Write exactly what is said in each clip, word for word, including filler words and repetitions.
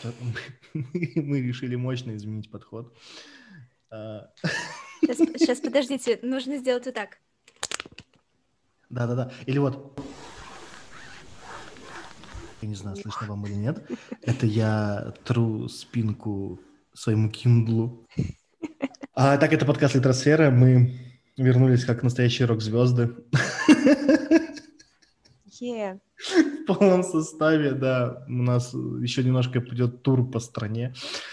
что мы, мы решили мощно изменить подход. Сейчас, сейчас, подождите, нужно сделать вот так. Да-да-да. Или вот... Я не знаю, слышно вам или нет. Это я тру спинку своему киндлу. А, так, это подкаст «Литросфера». Мы вернулись как настоящие рок-звезды. Yeah. В полном составе, да. У нас еще немножко пойдет тур по стране.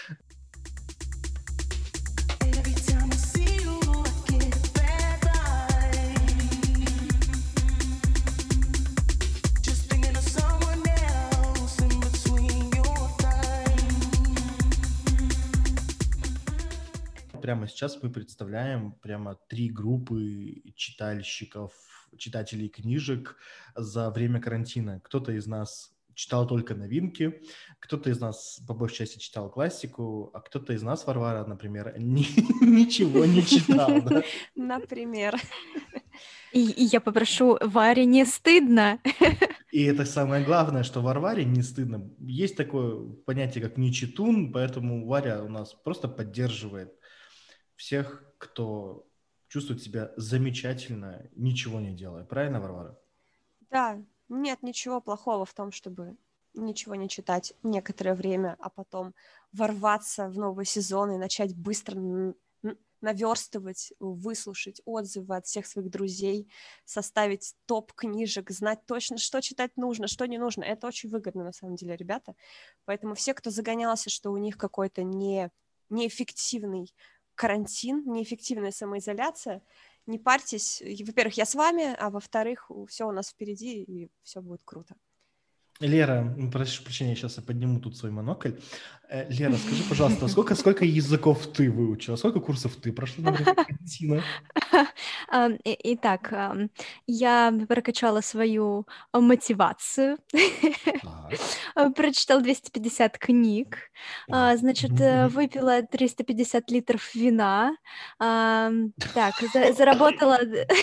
Прямо сейчас мы представляем прямо три группы читальщиков, читателей книжек за время карантина. Кто-то из нас читал только новинки, кто-то из нас по большей части читал классику, а кто-то из нас, Варвара, например, ни, ничего не читал. Да? Например. И, и я попрошу, Варе не стыдно. И это самое главное, что Варваре не стыдно. Есть такое понятие, как нечитун, поэтому Варя у нас просто поддерживает всех, кто чувствует себя замечательно, ничего не делая. Правильно, Варвара? Да, нет ничего плохого в том, чтобы ничего не читать некоторое время, а потом ворваться в новый сезон и начать быстро наверстывать, выслушать отзывы от всех своих друзей, составить топ книжек, знать точно, что читать нужно, что не нужно. Это очень выгодно, на самом деле, ребята. Поэтому все, кто загонялся, что у них какой-то не, неэффективный карантин, неэффективная самоизоляция, не парьтесь. Во-первых, я с вами, а во-вторых, все у нас впереди, и все будет круто. Лера, прошу прощения, я сейчас я подниму тут свой монокль. Лера, скажи, пожалуйста, сколько, сколько языков ты выучила? Сколько курсов ты прошла на время карантина? Итак, я прокачала свою мотивацию, прочитала двести пятьдесят книг, значит, выпила триста пятьдесят литров вина, так, заработала...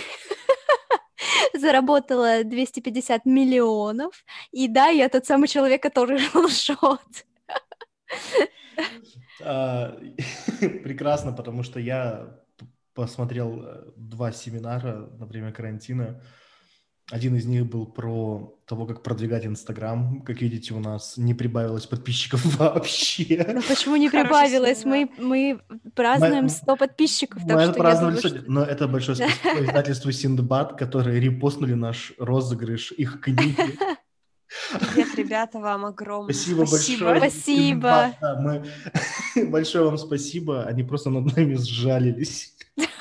заработала двести пятьдесят миллионов, и да, я тот самый человек, который лжет. Прекрасно, потому что я посмотрел два семинара на время карантина. Один из них был про того, как продвигать Инстаграм. Как видите, у нас не прибавилось подписчиков вообще. Ну почему не прибавилось? Мы, мы празднуем сто подписчиков, так мы что праздновали я думаю, сегодня. что... Но это большое спасибо издательству Синдбад, которые репостнули наш розыгрыш их книги. Привет, ребята, вам огромное спасибо. Спасибо Большое. Спасибо. Да, мы... Большое вам спасибо. Они просто над нами сжалились.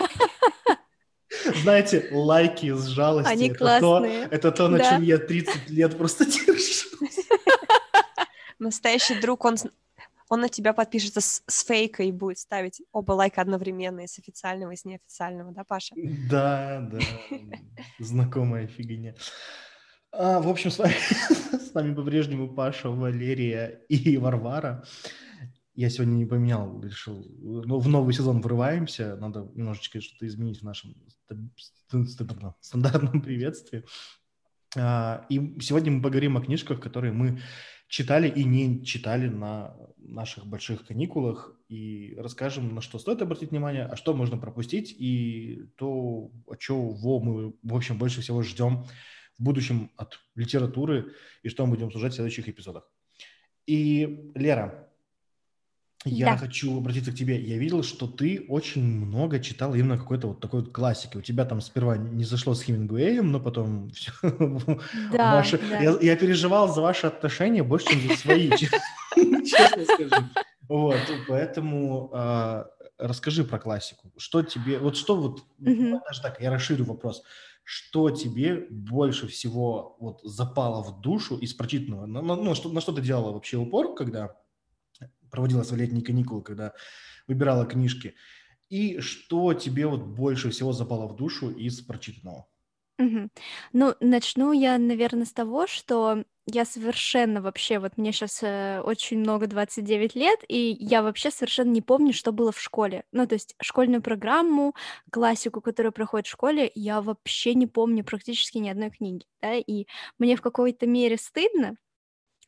Знаете, лайки с жалости. Они это классные. То, это то, на да. чем я тридцать лет просто держусь. Настоящий друг, он, он на тебя подпишется с, с фейка и будет ставить оба лайка одновременно, и с официального, и с неофициального, да, Паша? Да, да, знакомая фигня. А, в общем, с вами, с вами по-прежнему Паша, Валерия и Варвара. Я сегодня не поменял, решил. Ну, в новый сезон врываемся, надо немножечко что-то изменить в нашем стандартном приветствии. И сегодня мы поговорим о книжках, которые мы читали и не читали на наших больших каникулах, и расскажем, на что стоит обратить внимание, а что можно пропустить, и то, чего мы, в общем, больше всего ждем в будущем от литературы, и что мы будем обсуждать в следующих эпизодах. И, Лера, я Да. хочу обратиться к тебе. Я видел, что ты очень много читала именно какой-то вот такой вот классики. У тебя там сперва не зашло с Хемингуэем, но потом все. Да, ваши... да. Я, я переживал за ваши отношения больше, чем за свои, честно скажу. Вот, поэтому э, расскажи про классику. Что тебе, вот что вот, Мгм. даже так, я расширю вопрос. Что тебе больше всего вот запало в душу из прочитанного? Ну, ну, что, на что ты делала вообще упор, когда проводила свои летние каникулы, когда выбирала книжки? И что тебе вот больше всего запало в душу из прочитанного? Мгм. Ну, начну я, наверное, с того, что я совершенно вообще, вот мне сейчас очень много, двадцать девять лет, и я вообще совершенно не помню, что было в школе. Ну, то есть школьную программу, классику, которую проходит в школе, я вообще не помню практически ни одной книги, да, и мне в какой-то мере стыдно,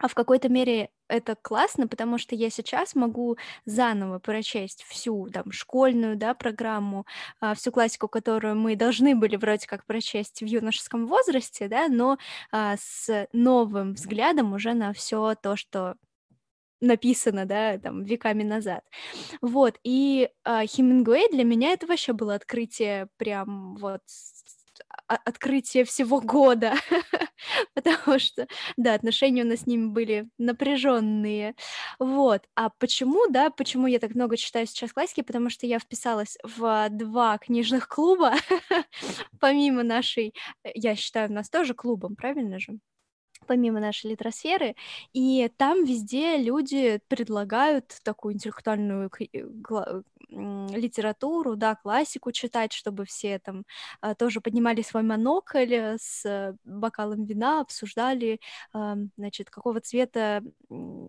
А в какой-то мере это классно, потому что я сейчас могу заново прочесть всю там школьную, да, программу, а, всю классику, которую мы должны были вроде как прочесть в юношеском возрасте, да, но, а, с новым взглядом уже на все то, что написано, да, там веками назад. Вот, и, а, Хемингуэй для меня это вообще было открытие, прям вот с а открытие всего года, потому что, да, отношения у нас с ним были напряженные. Вот. А почему, да, почему я так много читаю сейчас классики? Потому что я вписалась в два книжных клуба, помимо нашей, э, я считаю, нас тоже клубом, правильно же? Помимо нашей литросферы, и там везде люди предлагают такую интеллектуальную к э, гла м, литературу, да, классику читать, чтобы все там, а, тоже поднимали свой монокль, э, с э, бокалом вина, обсуждали, ам, значит, какого цвета, м,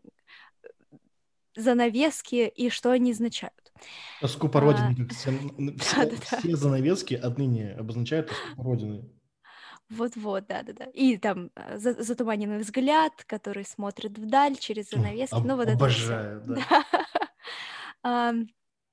занавески и что они означают. Тоску по А, родине, как все, н- все, да-да-да. все занавески отныне обозначают тоску по родине. Вот-вот, да-да-да. И там, а, за затуманенный взгляд, который смотрит вдаль через О, занавески. Ну, об- вот это вот всё. обожаю, Да. да. Ам,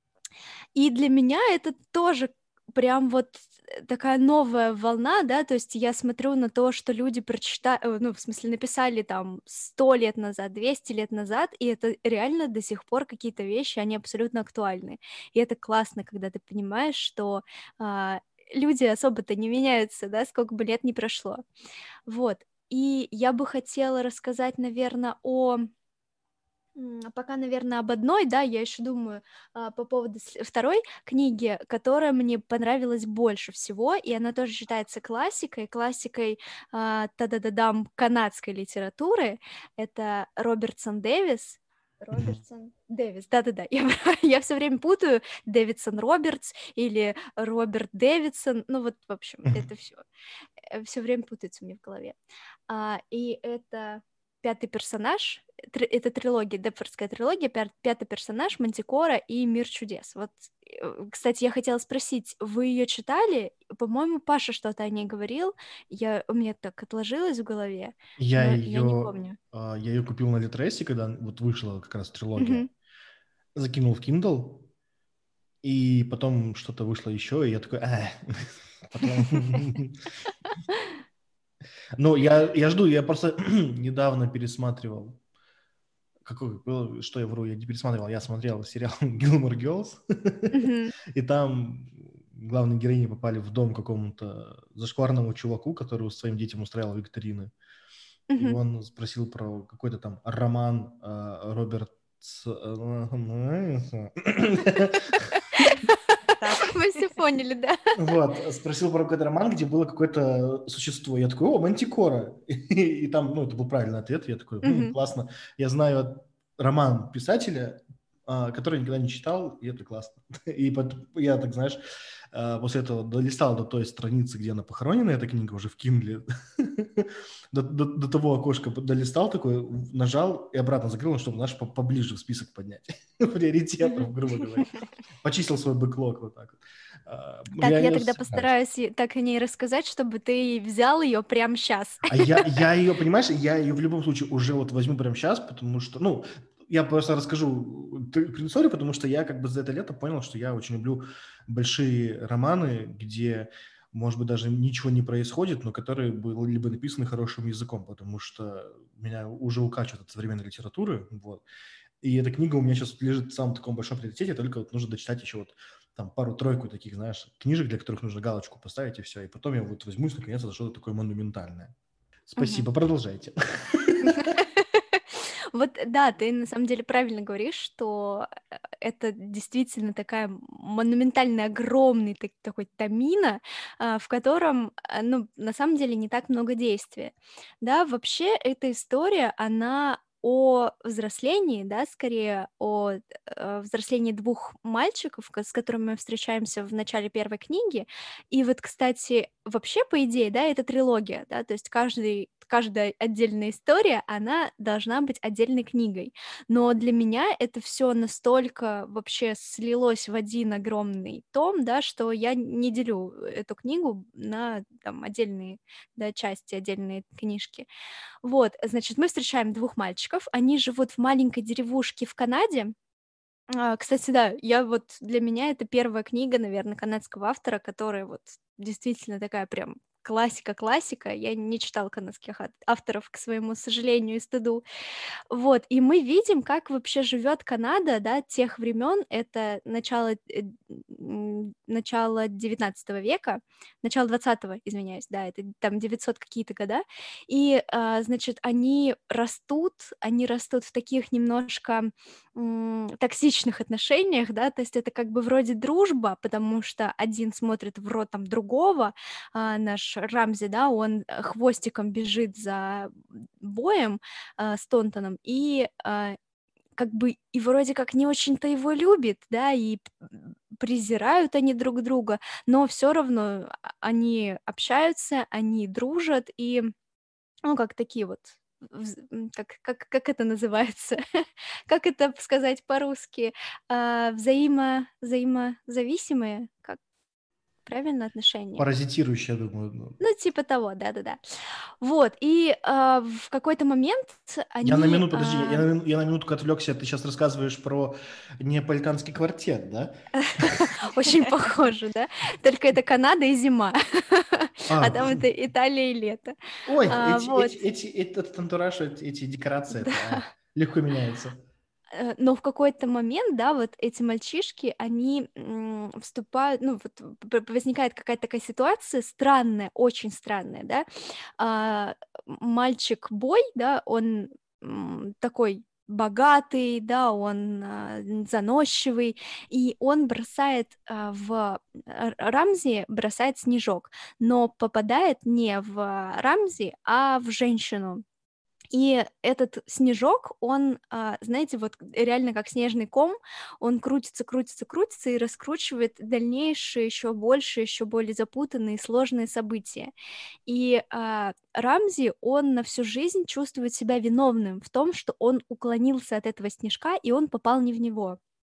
и для меня это тоже прям вот, э, такая новая волна, да. То есть я смотрю на то, что люди прочита э, ну, в смысле, написали там сто лет назад, двести лет назад, и это реально до сих пор какие-то вещи, они абсолютно актуальны. И это классно, когда ты понимаешь, что, а, люди особо-то не меняются, да, сколько бы лет ни прошло. Вот. И я бы хотела рассказать, наверно, о м, пока, наверно, об одной, да, я еще думаю, а, по поводу с второй книги, которая мне понравилась больше всего, и она тоже считается классикой, классикой, а, та-да-да-дам, канадской литературы. Это Робертсон Дэвис. Мгм. Робертсон Дэвис, да-да-да, я я всё время путаю Дэвидсон Робертс или Роберт Дэвидсон. Ну вот, в общем, это Мгм. все, все время путается у меня в голове. А, и это пятый персонаж, тр это трилогия, Депфордская трилогия, пят пятый персонаж, Мантикора и Мир чудес. Вот, э, кстати, я хотела спросить, вы ее читали? По-моему, Паша что-то о ней говорил. Я у меня так отложилось в голове, Я но я не ее, помню. а, я ее купил на Литресе, когда вот вышла как раз трилогия. Мгм. Закинул в Kindle, и потом что-то вышло еще, и я такой, «Эх». Потом... Ну, я, я жду, я просто недавно пересматривал. Какой был, что я вру, я не пересматривал, я смотрел сериал Gilmore Girls, Мгм. и там главные героини попали в дом какому-то зашкварному чуваку, который своим детям устраивал викторины. И Мгм. он спросил про какой-то там роман э, Роберт... С- э, Так. Мы все поняли, да. Вот, спросил про какой-то роман, где было какое-то существо. Я такой, о, Мантикора. И, и там, ну, это был правильный ответ. Я такой, «Хм, Мгм. классно. Я знаю роман писателя, а, который никогда не читал, и это классно. И под- я, так знаешь, а, после этого долистал до той страницы, где она похоронена, эта книга уже в Киндле. До, до- до того окошка долистал такой, нажал и обратно закрыл, чтобы, знаешь, по- поближе в список поднять. Приоритетов, Мгм. грубо говоря. Почистил свой бэклог вот так вот. А, Так, Я я ее тогда собираюсь. постараюсь и так о ней рассказать, чтобы ты взял ее прямо сейчас. А я, я ее, понимаешь, я ее в любом случае уже вот возьму прямо сейчас, потому что, ну, я просто расскажу т- предысторию, потому что я как бы за это лето понял, что я очень люблю большие романы, где, может быть, даже ничего не происходит, но которые были бы написаны хорошим языком, потому что меня уже укачивает от современной литературы, вот. И эта книга у меня сейчас лежит в самом таком большом приоритете, только вот нужно дочитать еще вот там пару-тройку таких, знаешь, книжек, для которых нужно галочку поставить, и все. И потом я вот возьмусь, наконец, за что-то такое монументальное. Мгм. Спасибо, продолжайте. Вот да, ты на самом деле правильно говоришь, что, э, это действительно такая монументальная, огромный так такой томина, а, в котором, а, ну, на самом деле не так много действия. Да, вообще эта история, она о взрослении, да, скорее о, э, взрослении двух мальчиков, ка с которыми мы встречаемся в начале первой книги. И вот, кстати, вообще, по идее, да, это трилогия, да, то есть каждый каждая отдельная история, она должна быть отдельной книгой. Но для меня это все настолько вообще слилось в один огромный том, да, что я не делю эту книгу на там отдельные, да, части, отдельные книжки. Вот, значит, мы встречаем двух мальчиков, они живут в маленькой деревушке в Канаде. А, кстати, да, я вот для меня это первая книга, наверное, канадского автора, которая вот действительно такая прям классика-классика. Я не читала канадских ат- авторов, к своему сожалению и стыду. Вот, и мы видим, как вообще живет Канада, да, тех времен. Это начало, э, м, начало девятнадцатого века, начало двадцатого, извиняюсь, да, это там девятьсот какие-то года. И, а, значит, они растут, они растут в таких немножко м, токсичных отношениях, да, то есть это как бы вроде дружба, потому что один смотрит в рот там другого, а, наш Рамзи, да, он э, хвостиком бежит за боем, а, с Тонтоном, и, а, как бы и вроде как не очень-то его любит, да, и м, презирают они друг друга, но все равно а, они общаются, они дружат, и, ну, как такие вот, вз м, как как как это называется? Как это сказать по-русски? А, взаимо взаимозависимые? Как правильно отношения? Паразитирующая, думаю. ну. Ну, типа того, да-да-да. Вот, и, а, в какой-то момент Я на они, минуту, подожди, я а на, мину- я на минутку отвлекся. Ты сейчас рассказываешь про неаполитанский квартет, да? Очень похоже, да? Только это Канада и зима, а А, там это Италия и лето. ой, А, эти, вот, эти, эти, этот антураж, эти, эти декорации, это да. а, легко меняется. Э, но в какой-то момент, да, вот эти мальчишки, они, м, вступают, ну, вот п п возникает какая-то такая ситуация странная, очень странная, да. А, мальчик-бой, да, он, м, такой богатый, да, он, а, н заносчивый, и он бросает, а, в Р Рамзи бросает снежок, но попадает не в Рамзи, а в женщину. И этот снежок, он, а, знаете, вот реально как снежный ком, он крутится, крутится, крутится и раскручивает дальнейшие еще больше, еще более запутанные, сложные события. И а, Рамзи, он на всю жизнь чувствует себя виновным в том, что он уклонился от этого снежка, и он попал не в него.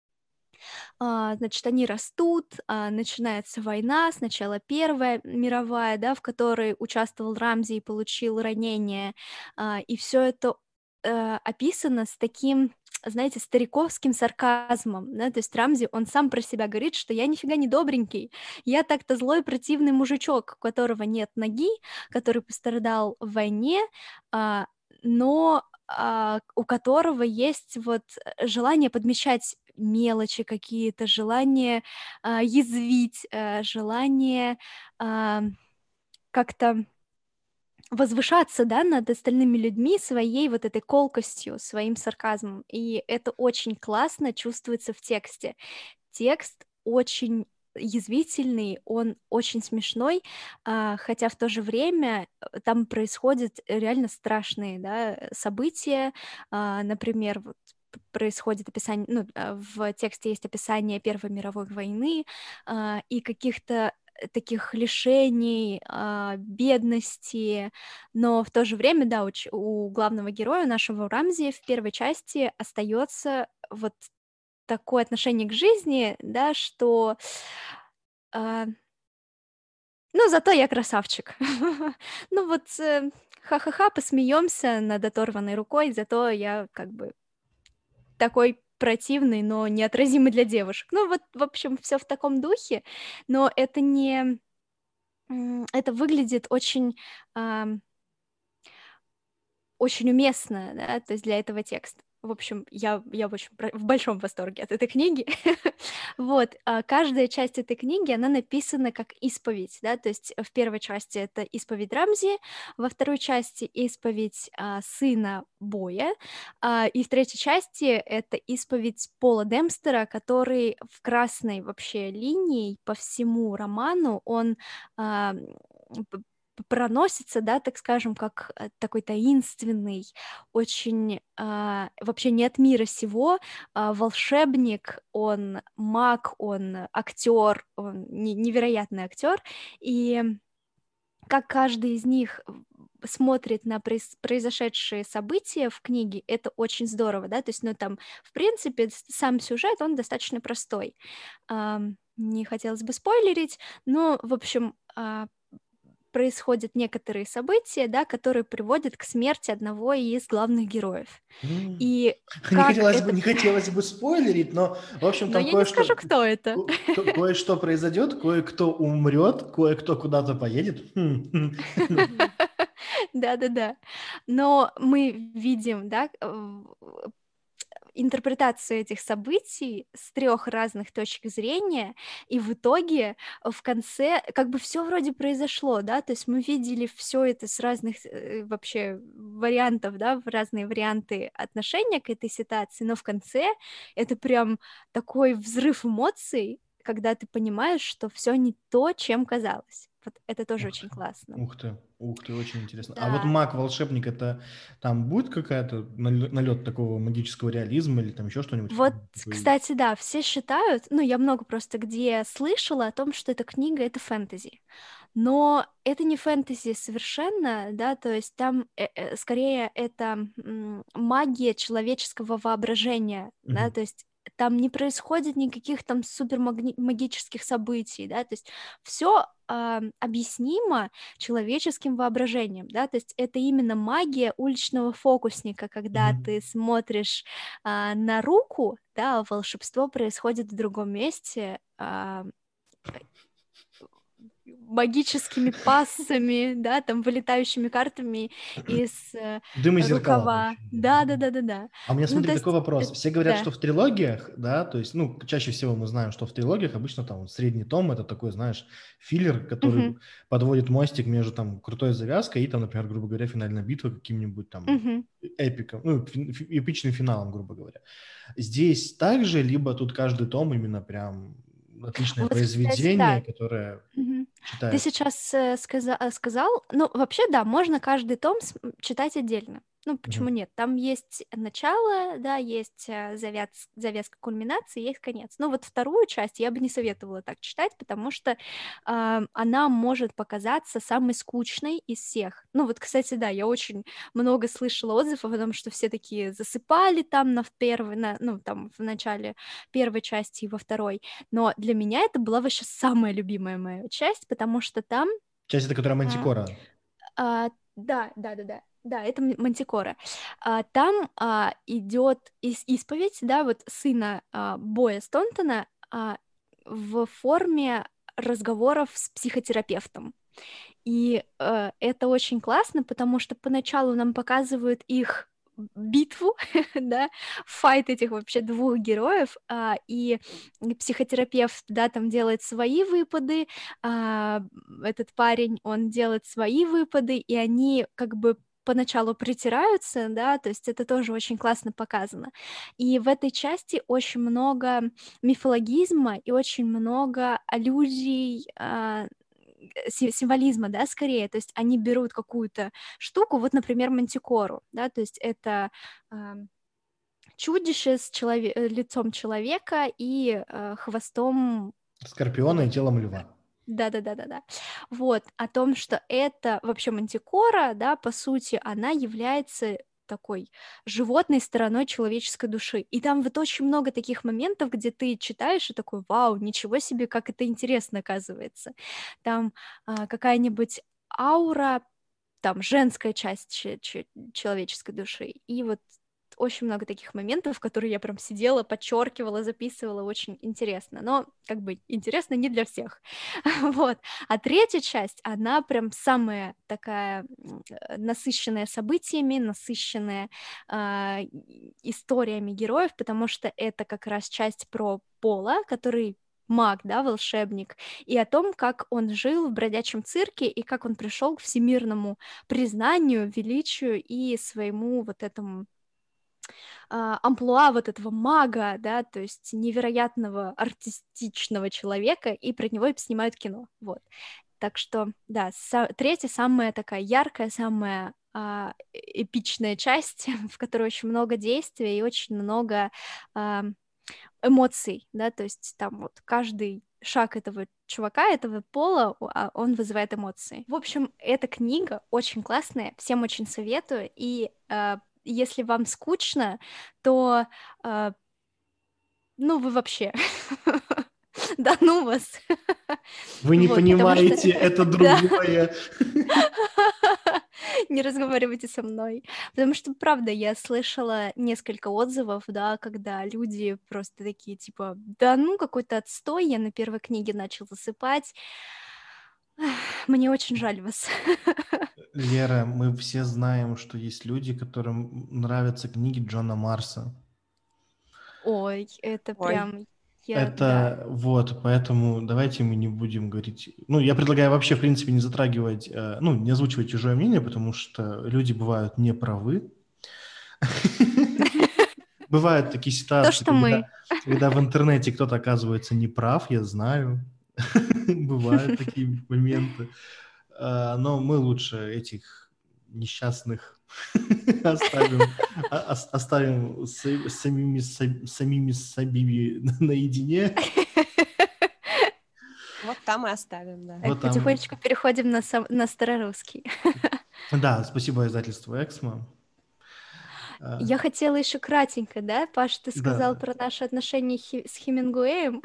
А, значит, они растут, а, начинается война, сначала Первая мировая, да, в которой участвовал Рамзи и получил ранение, а, и все это э, описано с таким, знаете, стариковским сарказмом, да, то есть Рамзи, он сам про себя говорит, что я нифига не добренький, я так-то злой противный мужичок, у которого нет ноги, который пострадал в войне, а, но а, у которого есть вот э, желание подмечать мелочи какие-то, желание а, язвить, э, желание а, как-то возвышаться, да, над остальными людьми своей вот этой колкостью, своим сарказмом. И это очень классно чувствуется в тексте. Текст очень язвительный, он очень смешной, а, хотя в то же время э, там происходят реально страшные, да, э, события. А, например, вот п- происходит описание, ну, а, в тексте есть описание Первой мировой войны а, и каких-то э, таких лишений, а, бедности, но в то же время, да, у, ч- у главного героя нашего Рамзи в первой части остается вот такое отношение к жизни, да, что, а, ну, зато я красавчик. Ну вот, э, ха-ха-ха, посмеемся над оторванной рукой, зато я как бы такой противный, но неотразимый для девушек. Ну вот, в общем, все в таком духе, но это не, м, это выглядит очень, ам, очень уместно, да, то есть для этого текста. В общем, я я в очень про в большом восторге от этой книги. Вот, а, каждая часть этой книги, она написана как исповедь, да, то есть в первой части это исповедь Рамзи, во второй части исповедь, а, сына Боя, а, и в третьей части это исповедь Пола Демпстера, который в красной вообще линией по всему роману, он, а, м, п проносится, да, так скажем, как, э, такой таинственный, очень, а, вообще не от мира сего, а, волшебник, он маг, он актер, он не невероятный актер. И как каждый из них в смотрит на произ- произошедшие события в книге, это очень здорово, да, то есть, ну, там, в принципе, с- сам сюжет, он достаточно простой. Ам, не хотелось бы спойлерить, но, в общем, а, происходят некоторые события, да, которые приводят к смерти одного из главных героев. М. И Не как хотелось бы, это... не хотелось бы спойлерить, но, в общем, Но там я не скажу, кое-что, кто это. ко- ко- кое-что произойдет, кое-кто умрет, кое-кто куда-то поедет. Хм. Да-да-да. Но мы видим, да, в- интерпретацию этих событий с трех разных точек зрения, и в итоге э, в конце как бы все вроде произошло, да, то есть мы видели все это с разных э, вообще вариантов, да, в разные варианты отношения к этой ситуации, но в конце это прям такой взрыв эмоций, когда ты понимаешь, что все не то, чем казалось. Вот это тоже Ух очень ты, классно. ух ты, ух ты, очень интересно. А вот Да. маг-волшебник, это там будет какая-то налет такого магического реализма или там еще что-нибудь? Вот, Такой- кстати, да, все считают, ну, я много просто где слышала о том, что эта книга — это фэнтези. Но это не фэнтези совершенно, да, то есть там э, э, скорее это м, магия человеческого воображения, да, Мгм. то есть там не происходит никаких там супер магических событий, да, то есть все объяснимо человеческим воображением, да, то есть это именно магия уличного фокусника, когда Мгм. ты смотришь а, на руку, да, а волшебство происходит в другом месте, а, магическими пассами, да, там вылетающими картами из э, Дым и зеркала, рукава. короче. Да, да, да, да, да. А у меня, Ну, смотри, то такой есть, вопрос. э, Все говорят, да. что в трилогиях, да, то есть, ну, чаще всего мы знаем, что в трилогиях обычно там вот средний том — это такой, знаешь, филлер, который Мгм, подводит мостик между там крутой завязкой и там, например, грубо говоря, финальной битвой каким-нибудь там мгм. эпиком, ну, фи- фи- эпичным финалом, грубо говоря. Здесь также, либо тут каждый том именно прям отличное Вот, кстати, да. произведение, которое Мгм. Ты читается. сейчас э, сказа- э, сказал, ну, вообще, да, можно каждый том с- м, читать отдельно. Ну, почему Мгм. нет? Там есть начало, да, есть э, завяз- завязка кульминации, есть конец. Но вот вторую часть я бы не советовала так читать, потому что а, она может показаться самой скучной из всех. Ну, вот, кстати, да, я очень много слышала отзывов о том, что все такие засыпали там на в первой, на, ну, там, в начале первой части и во второй. Но для меня это была вообще самая любимая моя часть, потому что там, Часть, это которая м, Мантикора. а, да, да, да, да, да, это М- Мантикора. А, там а, идет ис- исповедь, да, вот сына а, Боя Стонтона а, в форме разговоров с психотерапевтом. И э, это очень классно, потому что поначалу нам показывают их битву, да, файт этих вообще двух героев, а, и психотерапевт, да, там делает свои выпады, а, этот парень, он делает свои выпады, и они как бы поначалу притираются, да, то есть это тоже очень классно показано. И в этой части очень много мифологизма и очень много аллюзий, а, си- символизма, да, скорее, то есть они берут какую-то штуку, вот, например, мантикору, да, то есть это ам, чудище с челове- э, лицом человека и э, хвостом вот Скорпиона и этого. телом льва. Да-да-да-да-да. Вот, о том, что это вообще мантикора, да, по сути, она является такой животной стороной человеческой души. И там вот очень много таких моментов, где ты читаешь и такой, вау, ничего себе, как это интересно оказывается. Там а, какая-нибудь аура, там женская часть че- че- человеческой души. И вот очень много таких моментов, которые я прям сидела, подчеркивала, записывала, очень интересно. Но как бы интересно не для всех. Вот. А третья часть, она прям самая такая м, э, насыщенная событиями, насыщенная а, и- историями героев, потому что это как раз часть про Пола, который маг, да, волшебник, и о том, как он жил в бродячем цирке и как он пришел к всемирному признанию, величию и своему вот этому а, амплуа вот этого мага, да, то есть невероятного артистичного человека, и про него и снимают кино, вот. Так что, да, са- третья самая такая яркая, самая а, э- эпичная часть, в которой очень много действия и очень много а, эмоций, да, то есть там вот каждый шаг этого чувака этого пола, а он вызывает эмоции. В общем, эта книга очень классная, всем очень советую, и э, если вам скучно, то, э, ну, вы вообще... Да ну вас. Вы не Вот, потому что... понимаете, это Да. другое. Не разговаривайте со мной. Потому что, правда, я слышала несколько отзывов, да, когда люди просто такие, типа, да ну, какой-то отстой, я на первой книге начал засыпать. Мне очень жаль вас. Лера, мы все знаем, что есть люди, которым нравятся книги Джона Марса. Ой, это Ой. прям... Я, да. Это вот, поэтому давайте мы не будем говорить... Ну, я предлагаю вообще, в принципе, не затрагивать, э, ну, не озвучивать чужое мнение, потому что люди бывают неправы. Бывают такие То, ситуации, что мы. когда, когда в интернете кто-то оказывается неправ, я знаю. Бывают такие моменты. А, Но мы лучше этих несчастных оставим, а- ос- оставим с с самими, с самими собими наедине. Вот там и оставим, да. Так, Вот там. потихонечку переходим на, сам... на старорусский. Да, спасибо издательству «Эксмо». А, Я хотела еще кратенько, да, Паш, ты сказал Да, про наши отношения Хи- с Хемингуэем.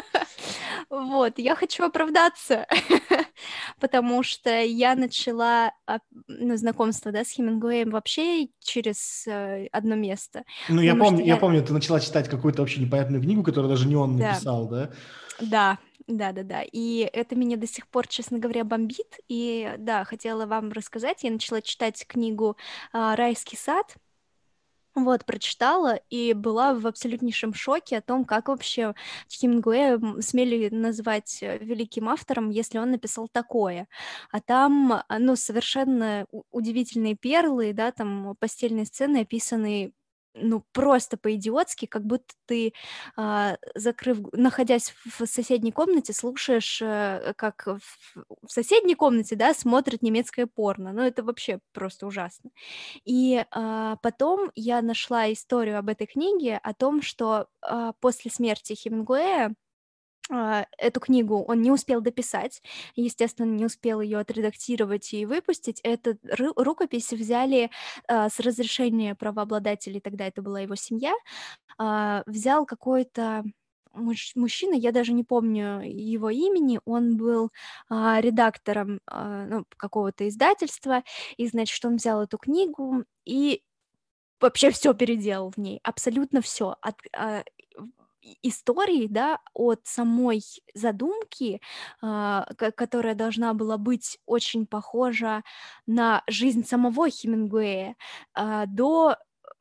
Вот, я хочу оправдаться, потому что я начала а, ну, знакомство, да, с Хемингуэем вообще через э, одно место, ну я потому что помню, я я, помню, ты начала читать какую-то вообще непонятную книгу, которую даже не он да, написал, да? да, да, да, да, и это меня до сих пор, честно говоря, бомбит, и да, хотела вам рассказать, я начала читать книгу а, «Райский сад». Вот, прочитала и была в абсолютнейшем шоке о том, как вообще Хемингуэя м, смели назвать э, великим автором, если он написал такое. А там, а, ну, совершенно у- удивительные перлы, да, там постельные сцены описаны, ну, просто по-идиотски, как будто ты, а, закрыв, г- находясь в соседней комнате, слушаешь, э, как в, в соседней комнате, да, смотрят немецкое порно. Ну, это вообще просто ужасно. И, а, потом я нашла историю об этой книге, о том, что, а, после смерти Хемингуэя, а, эту книгу он не успел дописать, естественно, не успел ее отредактировать и выпустить. Эту ру рукопись взяли, а, с разрешения правообладателей, тогда это была его семья, а, взял какой-то муж мужчина, я даже не помню его имени, он был, а, редактором, а, ну, какого-то издательства, и, значит, он взял эту книгу и вообще все переделал в ней, абсолютно все От, а, в и истории, да, от самой задумки, а, ко которая должна была быть очень похожа на жизнь самого Хемингуэя, а, до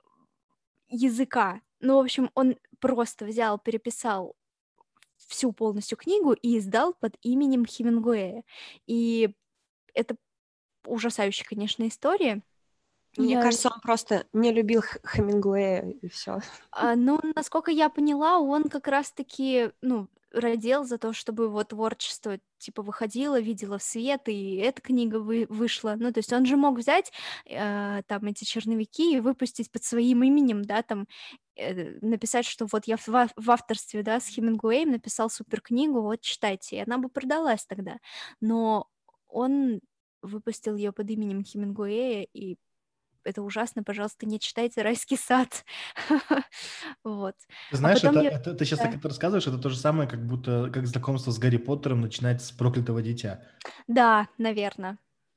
языка. Ну, в общем, он просто взял, переписал всю полностью книгу и издал под именем Хемингуэя. И это ужасающая, конечно, история. Мне Я кажется, он просто не любил Х- Хемингуэя, и все. А, ну, насколько я поняла, он как раз-таки, ну, радел за то, чтобы его творчество, типа, выходило, видело в свет, и эта книга вы вышла. Ну, то есть он же мог взять, э, там эти черновики и выпустить под своим именем, да, там, э, написать, что вот я в ва в авторстве, да, с Хемингуэем написал суперкнигу, вот читайте, и она бы продалась тогда. Но он выпустил ее под именем Хемингуэя, и это ужасно, пожалуйста, не читайте «Райский сад». Вот. Ты А знаешь, потом это, я это ты сейчас так да. это рассказываешь, это то же самое, как будто как знакомство с Гарри Поттером начинать с «Проклятого дитя». Да, наверно.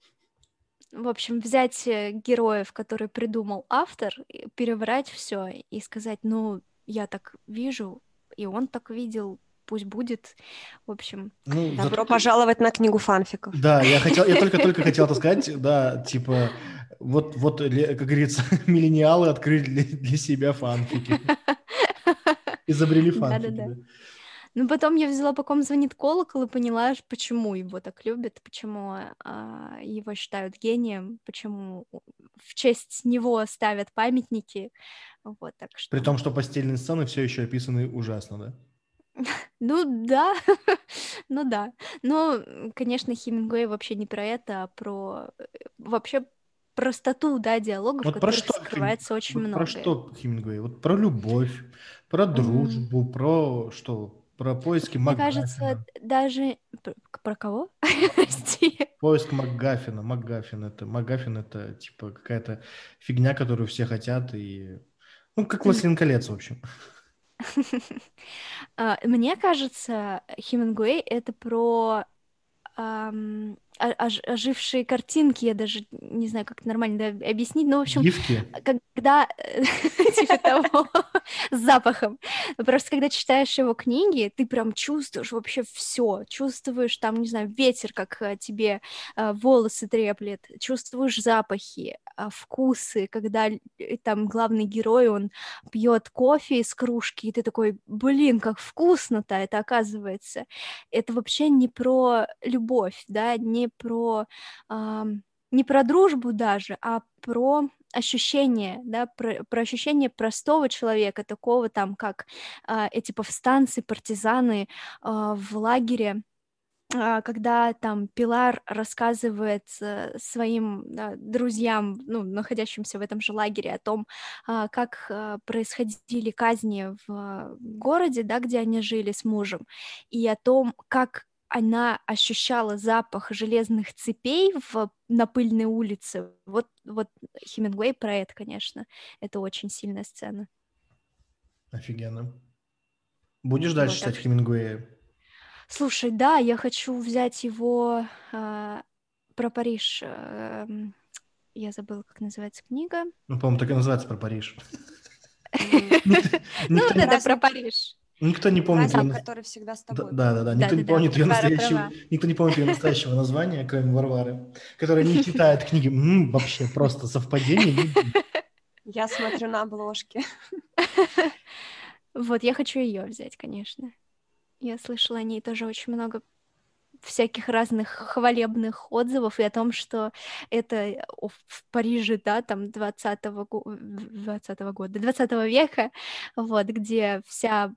В общем, взять, э, героев, которые придумал автор, и переврать всё и сказать: «Ну, я так вижу, и он так видел, пусть будет». В общем, Ну, зато Добро ты... пожаловать на книгу фанфиков. Да, я хотел, я только-только хотел это сказать, да, типа, вот, вот, ле- как говорится, миллениалы открыли для, для себя фанфики, изобрели фанфики, Да-да-да. да. Ну, потом я взяла «По ком звонит колокол» и поняла, ш почему его так любят, почему, а, его считают гением, почему у в честь него ставят памятники. Вот, так При что том, что постельные сцены все еще описаны ужасно, да? ну да, ну да. Но, м, конечно, Хемингуэй вообще не про это, а про, э, вообще простоту, да, диалогов, в Вот про которых что, Хем- скрывается очень вот про многое. что Хемингуэй? Вот про любовь, про М, дружбу, про что? Про поиски Мне кажется, МакГаффина. даже... Про, про кого? Прости. Поиск МакГаффина. МакГаффин это... МакГаффин это типа какая-то фигня, которую все хотят и... Ну, как «Властелин колец», в общем. А, Мне кажется, Хемингуэй — это про ам, о- ож- ожившие картинки, я даже не знаю, как это нормально да, объяснить, но, в общем, Гифки. когда, э, типа того, с запахом, просто когда читаешь его книги, ты прям чувствуешь вообще все, чувствуешь там, не знаю, ветер, как э, тебе э, волосы треплет, чувствуешь запахи, а, вкусы, когда л- э, там главный герой, он пьет кофе из кружки, и ты такой, блин, как вкусно-то это оказывается. Это вообще не про любовь, да, не про, ам, не про дружбу даже, а про ощущение, да, про, про ощущение простого человека, такого там, как а, эти повстанцы, партизаны а, в лагере, а, когда там Пилар рассказывает э, своим да, друзьям, ну, находящимся в этом же лагере, о том, а, как а, происходили казни в городе, да, где они жили с мужем, и о том, как она ощущала запах железных цепей в, на пыльной улице. Вот, вот Хемингуэй про это, конечно. Это очень сильная сцена. Офигенно. Будешь дальше Вот, так читать что... Хемингуэя? Слушай, да, я хочу взять его а, про Париж. а, м, я забыла, как называется книга. Ну, по-моему, так и называется «Про Париж». М, Никто, Ну никто вот не, это про Праздник, Париж. никто не помнит ее... праздник, на- который всегда с Да, тобой, да, да, да. по-моему. Никто не Да-да-да, помнит ее права, настоящего... права. Никто не помнит ее настоящего названия, кроме Варвары, которая не читает книги. М, вообще просто совпадение. Не будет. Я смотрю на обложки. Вот, я хочу ее взять, конечно. Я слышала о ней тоже очень много всяких разных хвалебных отзывов и о том, что это о, в Париже, да, там двадцатого, го- двадцатого года, двадцатого века, вот, где вся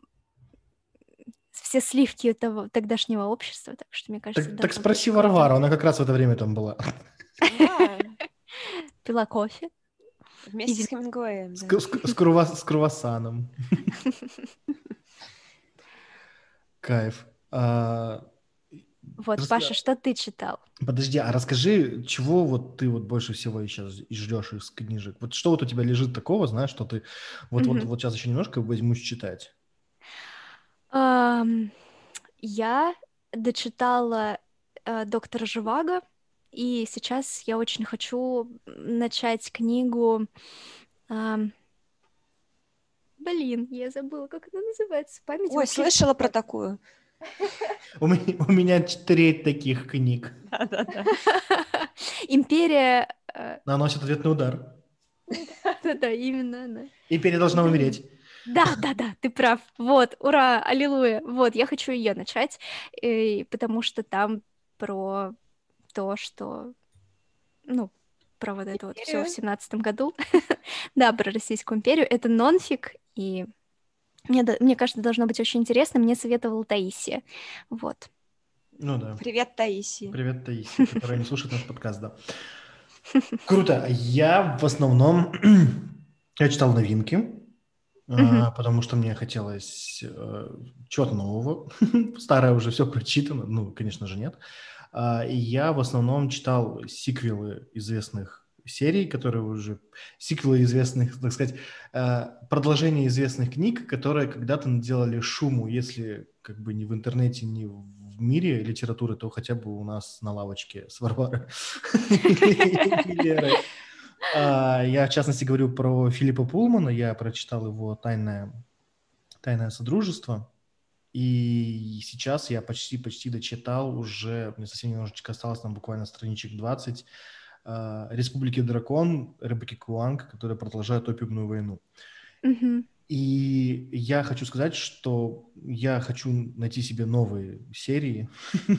все сливки того тогдашнего общества, так что, мне кажется, Так, так должно быть спроси очень круто. Варвару, она как раз в это время там была. Да, Пила кофе и вместе вино. с Хемингуэем, С, да. к- с к- с круа- с круассаном. Кайф. А, Вот, рас- Паша, что ты читал? Подожди, а расскажи, чего вот ты вот больше всего сейчас и ждешь из книжек? Вот что вот у тебя лежит такого, знаешь, что ты вот вот Мгм. вот сейчас еще немножко возьмусь читать. Ам, я дочитала э, «Доктора Живаго», и сейчас я очень хочу начать книгу. ам, Блин, я забыла, как она называется. Память Ой, вообще слышала про фигня. такую? У меня, у меня треть таких книг. Да-да-да. Империя... э, Наносит ответный удар. Да-да, именно она. Империя должна Блин. умереть. Да, да, да, ты прав. Вот, ура, аллилуйя. Вот, я хочу ее начать, э, потому что там про то, что, ну, про вот это вот все в Империю? семнадцатом году. Да, про Российскую империю. Это нонфик, и мне, до- мне кажется, должно быть очень интересно. Мне советовала Таисия. Вот. Ну да. Привет, Таисия. Привет, Таисия, которая не слушает наш подкаст, да. Круто. Я в основном я читал новинки, Мгм. а, потому что мне хотелось э, чего-то нового. Старое уже все прочитано, ну, конечно же, нет. А, и я в основном читал сиквелы известных серий, которые уже... Сиквелы известных, так сказать, э, продолжение известных книг, которые когда-то наделали шуму, если как бы не в интернете, не в мире литературы, то хотя бы у нас на лавочке с Варварой и Лерой. А, Я, в частности, говорю про Филиппа Пулмана. Я прочитал его «Тайное, «Тайное содружество». И сейчас я почти-почти дочитал уже, мне совсем немножечко осталось, там буквально страничек двадцать, а, «Республики Дракон» Ребекки Куанг, которая продолжает опиумную войну. Мгм. И я хочу сказать, что я хочу найти себе новые серии.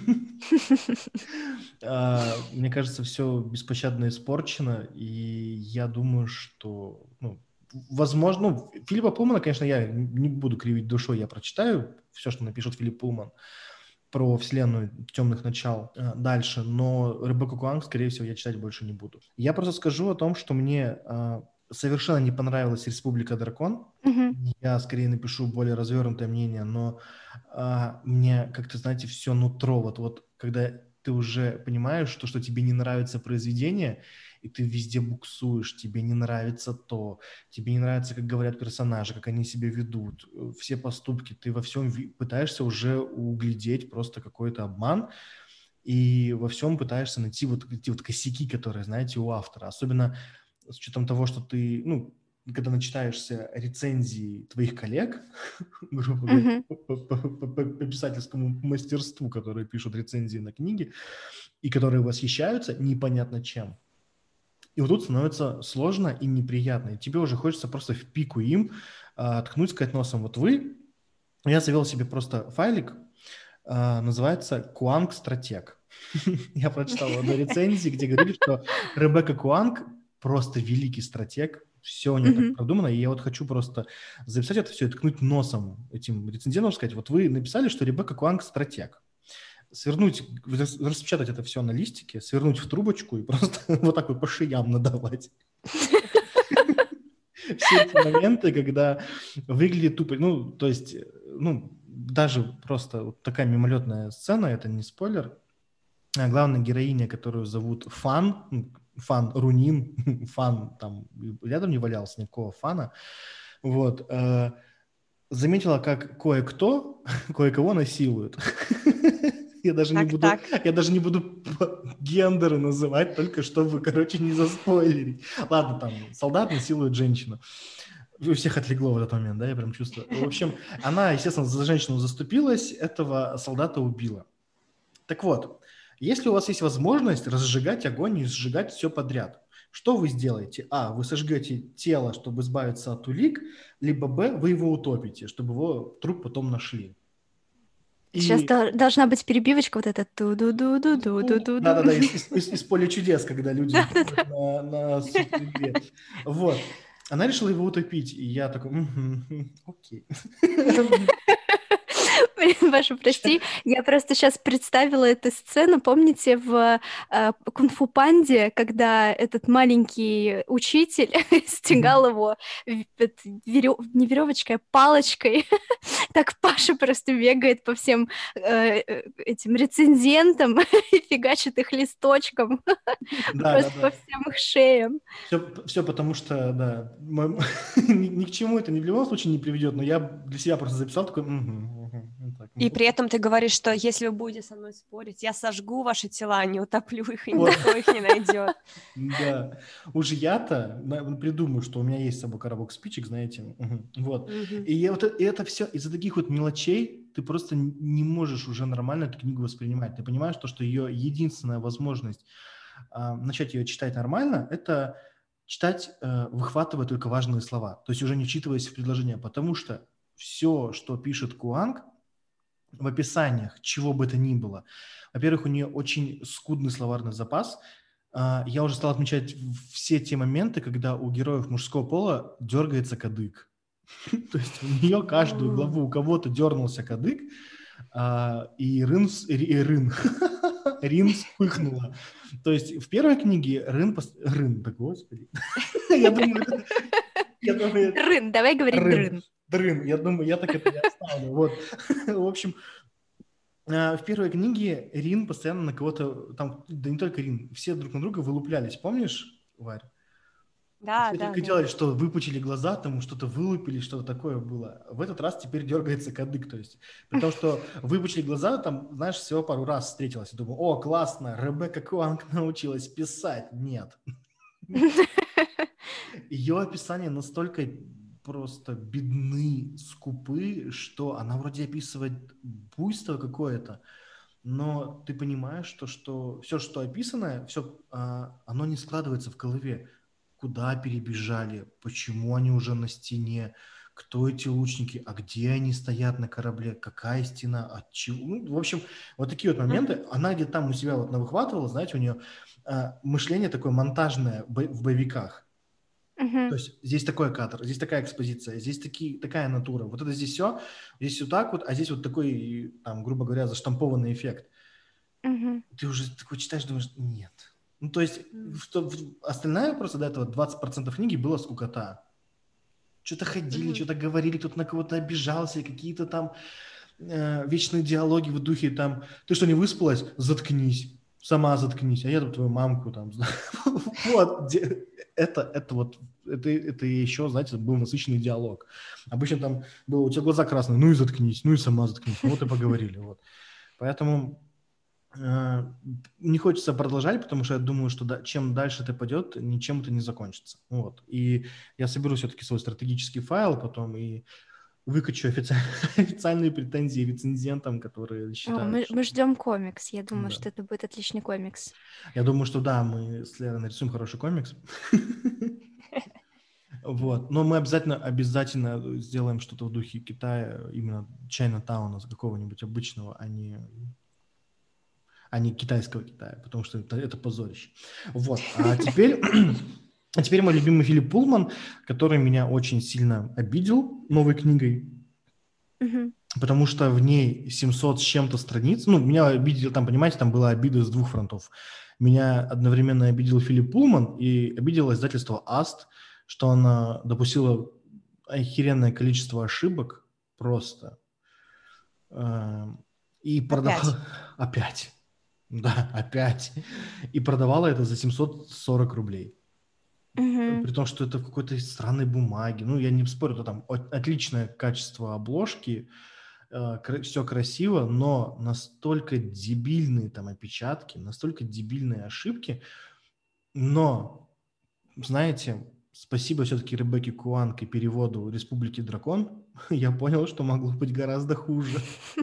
А, Мне кажется, все беспощадно испорчено, и я думаю, что, ну, возможно, ну, Филиппа Пулмана, конечно, я не буду кривить душой, я прочитаю все, что напишет Филипп Пулман про вселенную темных начал э, дальше, но Ребекку Куанг, скорее всего, я читать больше не буду. Я просто скажу о том, что мне э, совершенно не понравилась «Республика Дракон». Мгм. Я скорее напишу более развернутое мнение, но а, мне как-то, знаете, все нутро, вот, вот когда ты уже понимаешь, что, что тебе не нравится произведение, и ты везде буксуешь, тебе не нравится то, тебе не нравится, как говорят персонажи, как они себя ведут, э, все поступки, ты во всем ви- пытаешься уже углядеть просто какой-то обман, и во всем пытаешься найти вот эти вот косяки, которые, знаете, у автора. Особенно с учетом того, что ты, ну, когда начитаешься рецензии твоих коллег, грубо говоря, Мгм. по, по- по- по- по писательскому мастерству, которые пишут рецензии на книги, и которые восхищаются непонятно чем. И вот тут становится сложно и неприятно. И тебе уже хочется просто в пику им а, ткнуть, сказать носом, вот вы... Я завел себе просто файлик, а, называется «Куанг Стратег». Я прочитал одну рецензию, где говорили, что Ребекка Куанг просто великий стратег, все у нее так Мгм. продумано, и я вот хочу просто записать это все и ткнуть носом этим рецензентам, сказать, вот вы написали, что Ребекка Куанг стратег. Свернуть, рас- распечатать это все на листике, свернуть в трубочку и просто вот так вот по шиям надавать. Все эти моменты, когда выглядит тупо, ну, то есть, э, ну, даже просто вот такая мимолетная сцена, это не спойлер. А главная героиня, которую зовут Фан, ну, Фан Рунин, Фан там рядом не валялся, никакого Фана, вот, э, заметила, как кое-кто, кое-кого насилует. Я даже не Так, буду, так. я даже не буду по- гендеры называть, только чтобы, короче, не заспойлерить. Ладно, там, солдат насилует женщину. У всех отлегло в этот момент, да, я прям чувствую. В общем, она, естественно, за женщину заступилась, этого солдата убила. Так вот, если у вас есть возможность разжигать огонь и сжигать все подряд, что вы сделаете? А, вы сожгете тело, чтобы избавиться от улик, либо Б, вы его утопите, чтобы его труп потом нашли. Сейчас И дол- должна быть перебивочка вот эта да-да-да, ту-ду-ду-ду-ду-ду-ду. из, из- из- из поля чудес, когда люди Да-да-да. выходят на, на супер-игре. Вот. Она решила его утопить, и я такой, «Мгм, мгм, окей». Блин, Паша, прости, я просто сейчас представила эту сцену. Помните в э, «Кунг-фу Панде», когда этот маленький учитель Мгм. стегал его в- эт- верё- не веревочкой, а палочкой? Так Паша просто бегает по всем э, э, этим рецензентам и фигачит их листочком просто по Да-да-да. всем их шеям. Все, все потому что, да, мо- ни, ни к чему это ни в любом случае не приведет, но я для себя просто записал такой, «Мгм, мгм, ну так, И ну, при этом ты говоришь, что если вы будете со мной спорить, я сожгу ваши тела, не утоплю их, и вот, никто их не найдет. да. Уж я-то на- придумаю, что у меня есть с собой коробок спичек, знаете, мгм, вот. Мгм. И, я вот, э- и это все из-за таких вот мелочей ты просто н- не можешь уже нормально эту книгу воспринимать. Ты понимаешь, то, что ее единственная возможность а, начать ее читать нормально, это читать, э, выхватывая только важные слова, то есть уже не вчитываясь в предложение, потому что все, что пишет Куанг в описаниях, чего бы то ни было, во-первых, у нее очень скудный словарный запас. А, Я уже стал отмечать все те моменты, когда у героев мужского пола дергается кадык. То есть у нее каждую М. главу у кого-то дернулся кадык, а, и Рын, с- и Рын, Рин вспыхнула. То есть в первой книге Рын, пос- Рын, да господи, я думаю, это- я думаю, Дрын, давай говорить Рын, дрын. Дрын, я думаю, я так это и оставлю. Вот. В общем, а, в первой книге Рин постоянно на кого-то, там, да не только Рин, все друг на друга вылуплялись, помнишь, Варь? Да, Все да, только да. делали, что выпучили глаза, там что-то вылупили, что-то такое было. В этот раз теперь дергается кадык, то есть. При том, что выпучили глаза, там, знаешь, всего пару раз встретилась. И думаю, о, классно, Ребекка Куанг научилась писать. Нет. Ее описания настолько просто бедны, скупы, что она вроде описывает буйство какое-то, но ты понимаешь, что, что все, что описано, все, а, оно не складывается в голове. Куда перебежали, почему они уже на стене, кто эти лучники, а где они стоят на корабле, какая стена, от чего. Ну, в общем, вот такие вот Мгм. моменты. Она где-то там у себя вот навыхватывала, знаете, у нее а, мышление такое монтажное бо- в боевиках. То Мгм, есть здесь такой кадр, здесь такая экспозиция, здесь такие, такая натура. Вот это здесь все, здесь вот так вот, а здесь вот такой, там, грубо говоря, заштампованный эффект. мгм. Ты уже такой читаешь, думаешь, нет. Ну, то есть, М. что, остальная просто до этого двадцать процентов книги было скукота. Что-то ходили, Мгм. что-то говорили, кто-то на кого-то обижался, какие-то там э, вечные диалоги в духе там, ты что, не выспалась? Заткнись. Сама заткнись, а я тут твою мамку там знаю. Вот, это, это вот, это, это еще, знаете, был насыщенный диалог. Обычно там было, у тебя глаза красные, ну и заткнись, ну и сама заткнись, ну вот и поговорили, вот. Поэтому э, не хочется продолжать, потому что я думаю, что да, чем дальше это пойдет, ничем это не закончится. Вот. И я соберу все-таки свой стратегический файл потом и выкачу офици- официальные претензии рецензентам, которые О, считают, мы, что... мы ждем комикс. Я думаю, Да. что это будет отличный комикс. Я думаю, что да, мы с Лерой нарисуем хороший комикс. Вот. Но мы обязательно, обязательно сделаем что-то в духе Китая, именно Чайна-тауна, какого-нибудь обычного, а не, а не китайского Китая, потому что это, это позорище. Вот. А теперь, а теперь мой любимый Филипп Пулман, который меня очень сильно обидел новой книгой, Мгм. потому что в ней семьсот с чем-то страниц. Ну, меня обидел, там, понимаете, там была обида с двух фронтов. Меня одновременно обидел Филипп Пулман и обидело издательство Аст, что она допустила охеренное количество ошибок просто. Эм, И Опять. продавала... Опять. Да, опять. И продавала это за семьсот сорок рублей. Мгм. При том, что это в какой-то странной бумаге. Ну, я не спорю, что там о- отличное качество обложки, все красиво, но настолько дебильные там опечатки, настолько дебильные ошибки. Но, знаете, спасибо все-таки Ребекке Куанг и переводу «Республики Дракон», я понял, что могло быть гораздо хуже.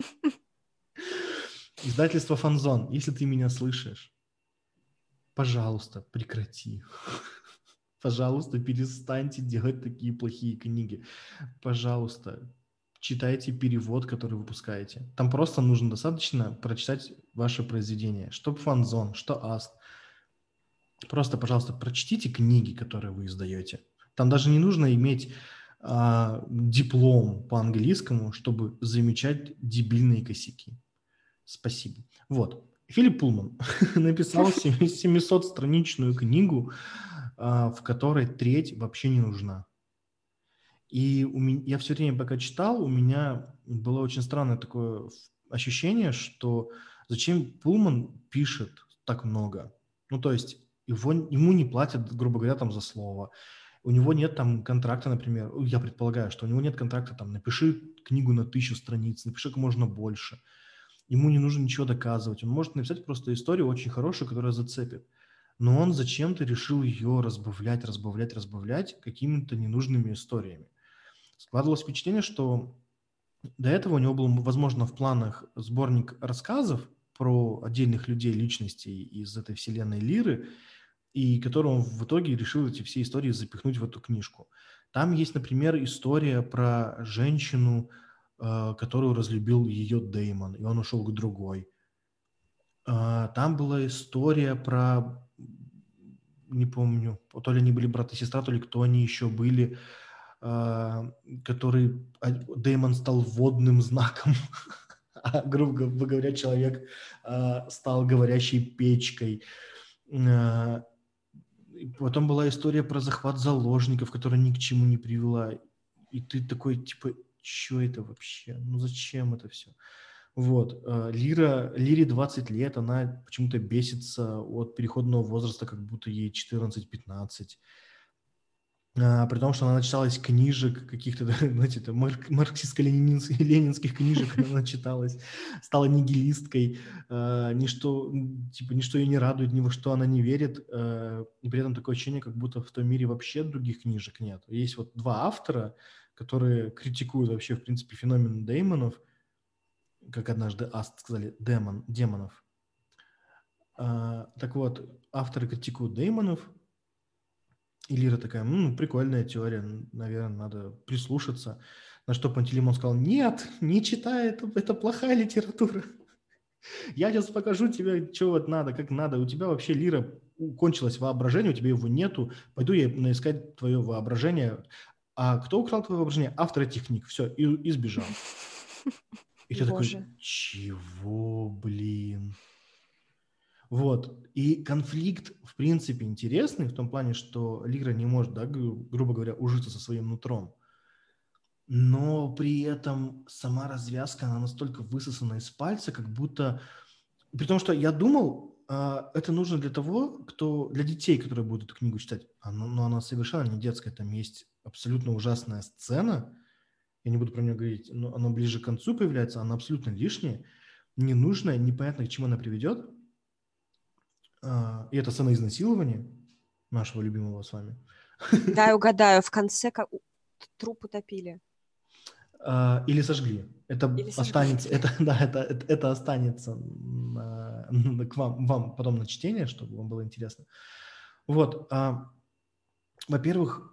Издательство «Фанзон», если ты меня слышишь, пожалуйста, прекрати. Пожалуйста, перестаньте делать такие плохие книги. Пожалуйста, читайте перевод, который выпускаете. Там просто нужно достаточно прочитать ваше произведение. Что Фанзон, что Аст. Просто, пожалуйста, прочтите книги, которые вы издаете. Там даже не нужно иметь а, диплом по английскому, чтобы замечать дебильные косяки. Спасибо. Вот. Филипп Пулман написал семисотстраничную книгу, а, в которой треть вообще не нужна. И у меня, я все время, пока читал, у меня было очень странное такое ощущение, что зачем Пулман пишет так много? Ну, то есть его, ему не платят, грубо говоря, там за слово. У него нет там контракта, например, ну, я предполагаю, что у него нет контракта, там, напиши книгу на тысячу страниц, напиши как можно больше. Ему не нужно ничего доказывать. Он может написать просто историю очень хорошую, которая зацепит. Но он зачем-то решил ее разбавлять, разбавлять, разбавлять какими-то ненужными историями. Складывалось впечатление, что до этого у него был, возможно, в планах сборник рассказов про отдельных людей, личностей из этой вселенной Лиры, и который он в итоге решил эти все истории запихнуть в эту книжку. Там есть, например, история про женщину, э, которую разлюбил ее Дэймон, и он ушел к другой. А, Там была история про, не помню, то ли они были брат и сестра, то ли кто они еще были, а, который а, Дэймон стал водным знаком, а, грубо говоря, человек а, стал говорящей печкой. А, и Потом была история про захват заложников, которая ни к чему не привела. И ты такой, типа, что это вообще? Ну зачем это все? Вот. э, Лира, Лире двадцать лет, она почему-то бесится от переходного возраста, как будто ей четырнадцать-пятнадцать. А, при том, что она начиталась книжек каких-то, знаете, это марк- марксистско-ленинских книжек она начиталась, стала нигилисткой, а, ничто, м, типа, ничто ее не радует, ни во что она не верит, а, и при этом такое ощущение, как будто в том мире вообще других книжек нет. Есть вот два автора, которые критикуют вообще, в принципе, феномен демонов, как однажды Аст сказали, демон, демонов. А, так вот, авторы критикуют демонов, и Лира такая, «М, прикольная теория, наверное, надо прислушаться». На что Пантелеймон сказал, нет, не читай, это, это плохая литература. Я сейчас покажу тебе, что вот надо, как надо. У тебя вообще, Лира, кончилось воображение, у тебя его нету. Пойду я наискать твое воображение. А кто украл твое воображение? Автор этих книг. Все, и, и сбежал. И ты такой, Боже. чего, блин? Вот. И конфликт, в принципе, интересный в том плане, что Лира не может, да, гру- грубо говоря, ужиться со своим нутром. Но при этом сама развязка, она настолько высосана из пальца, как будто... При том, что я думал, а, это нужно для того, кто... для детей, которые будут эту книгу читать. Оно- но она совершенно не детская. Там есть абсолютно ужасная сцена. Я не буду про нее говорить, но она ближе к концу появляется. Она абсолютно лишняя, ненужная, непонятно, к чему она приведет. А, И это сцена изнасилования нашего любимого с вами. Дай угадаю, в конце ка- у- труп утопили. А, Или сожгли. Это Или сожгли. останется, это, да, это, это, это останется на- на- к вам, вам потом на чтение, чтобы вам было интересно. Вот. а, Во-первых,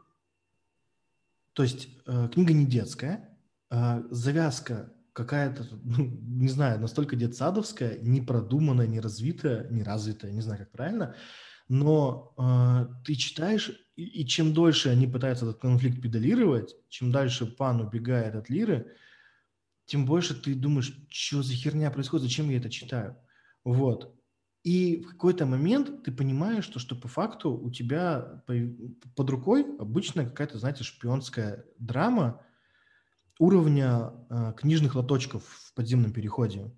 то есть э, книга не детская, а завязка какая-то, ну, не знаю, настолько детсадовская, не продуманная, не развитая, не развитая, не знаю, как правильно, но э, ты читаешь, и, и чем дольше они пытаются этот конфликт педалировать, чем дальше пан убегает от Лиры, тем больше ты думаешь, что за херня происходит, зачем я это читаю. Вот. И в какой-то момент ты понимаешь, что, что по факту у тебя появ- под рукой обычная какая-то, знаете, шпионская драма уровня э, книжных лоточков в подземном переходе.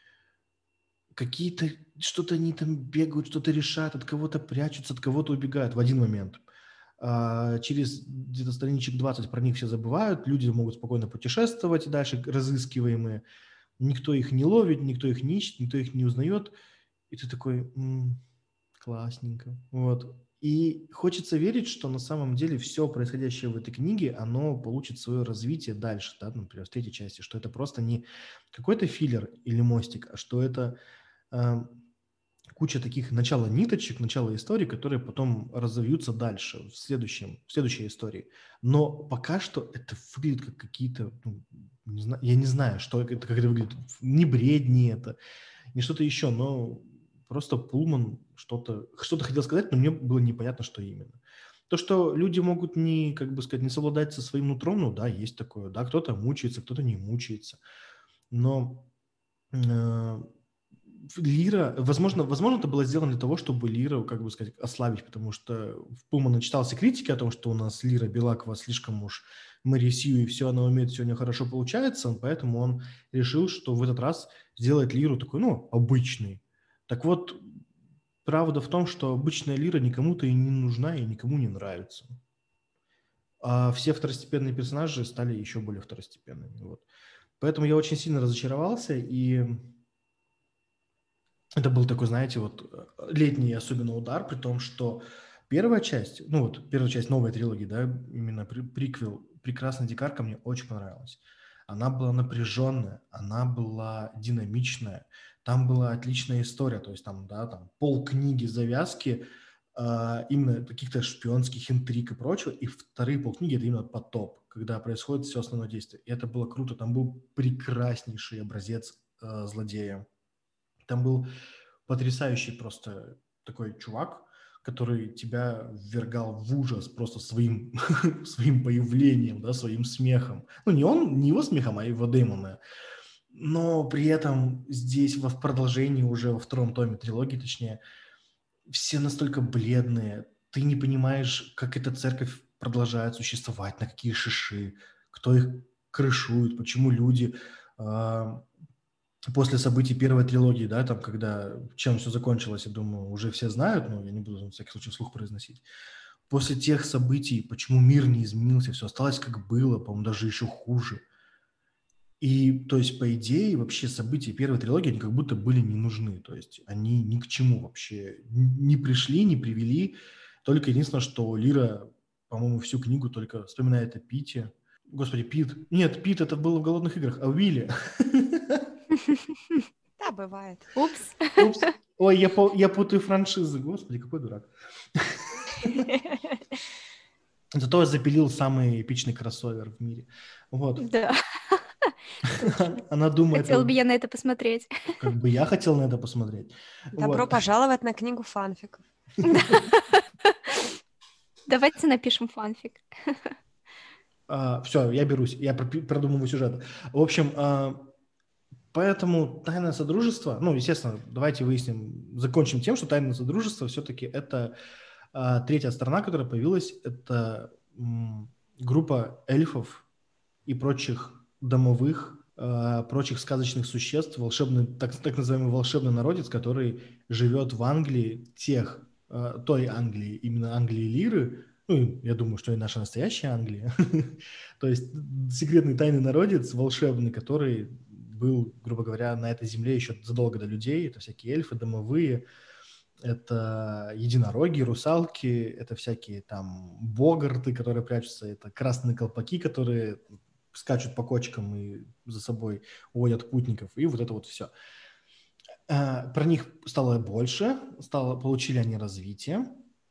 Какие-то, что-то они там бегают, что-то решают, от кого-то прячутся, от кого-то убегают в один момент. А через где-то страничек двадцать про них все забывают, люди могут спокойно путешествовать и дальше разыскиваемые. Никто их не ловит, никто их не ищет, никто их не узнает. И ты такой, «М, классненько». Вот. И хочется верить, что на самом деле все происходящее в этой книге, оно получит свое развитие дальше, да, например, в третьей части, что это просто не какой-то филлер или мостик, а что это э, куча таких начала ниточек, начала истории, которые потом разовьются дальше, в, следующем, в следующей истории. Но пока что это выглядит как какие-то, ну, не знаю, я не знаю, что это, как это выглядит, не бредни это, не что-то еще, но просто Пулман что-то что хотел сказать, но мне было непонятно, что именно. То, что люди могут не, как бы сказать, не совладать со своим нутром, ну да, есть такое, да, кто-то мучается, кто-то не мучается, но э, Лира, возможно, возможно, это было сделано для того, чтобы Лиру, как бы сказать, ослабить, потому что в Пулмана читался критики о том, что у нас Лира Белакова слишком уж Мэри Сью, и все она умеет, все у нее хорошо получается, поэтому он решил, что в этот раз сделает Лиру такой, ну, обычной. Так вот, правда в том, что обычная Лира никому-то и не нужна, и никому не нравится. А все второстепенные персонажи стали еще более второстепенными. Вот. Поэтому я очень сильно разочаровался, и это был такой, знаете, вот э, летний особенно удар, при том, что первая часть, ну вот первая часть новой трилогии, да, именно при- приквел «Прекрасная дикарка» мне очень понравилась. Она была напряженная, она была динамичная, там была отличная история, то есть там, да, там полкниги завязки, а, именно каких-то шпионских интриг и прочего, и вторые полкниги это именно потоп, когда происходит все основное действие. И это было круто, там был прекраснейший образец э, злодея. Там был потрясающий просто такой чувак, который тебя ввергал в ужас просто своим, своим появлением, да, своим смехом. Ну, не он, не его смехом, а его Дэймона. Но при этом здесь во в продолжении уже во втором томе трилогии, точнее, все настолько бледные. Ты не понимаешь, как эта церковь продолжает существовать, на какие шиши, кто их крышует, почему люди а, после событий первой трилогии, да, там, когда чем все закончилось, я думаю, уже все знают, но я не буду, на всякий случай, вслух произносить. После тех событий, почему мир не изменился, все осталось как было, по-моему, даже еще хуже. И, то есть, по идее, вообще события первой трилогии, они как будто были не нужны. То есть, они ни к чему вообще не пришли, не привели. Только единственное, что Лира, по-моему, всю книгу только вспоминает о Пите. Господи, Пит. Нет, Пит это было в «Голодных играх», а Уилли. Да, бывает. Упс. Упс. Ой, я, по- я путаю франшизы. Господи, какой дурак. Зато я запилил самый эпичный кроссовер в мире. Вот. Да, точно. Она думает, Хотела как, бы я на это посмотреть. как бы я хотел на это посмотреть. Добро Вот. пожаловать на книгу фанфиков. Давайте напишем фанфик. А, все, я берусь. Я пропи- продумываю сюжет. В общем, а, Поэтому «Тайное содружество», ну, естественно, давайте выясним, закончим тем, что «Тайное содружество» все-таки это а, третья страна, которая появилась, это м, группа эльфов и прочих домовых, а, прочих сказочных существ, волшебный, так, так называемый волшебный народец, который живет в Англии тех, а, той Англии, именно Англии Лиры, ну, я думаю, что и наша настоящая Англия. То есть секретный тайный народец волшебный, который был, грубо говоря, на этой земле еще задолго до людей. Это всякие эльфы, домовые, это единороги, русалки, это всякие там богарты, которые прячутся, это красные колпаки, которые скачут по кочкам и за собой уводят путников, и вот это вот все. А, про них стало больше, стало, получили они развитие.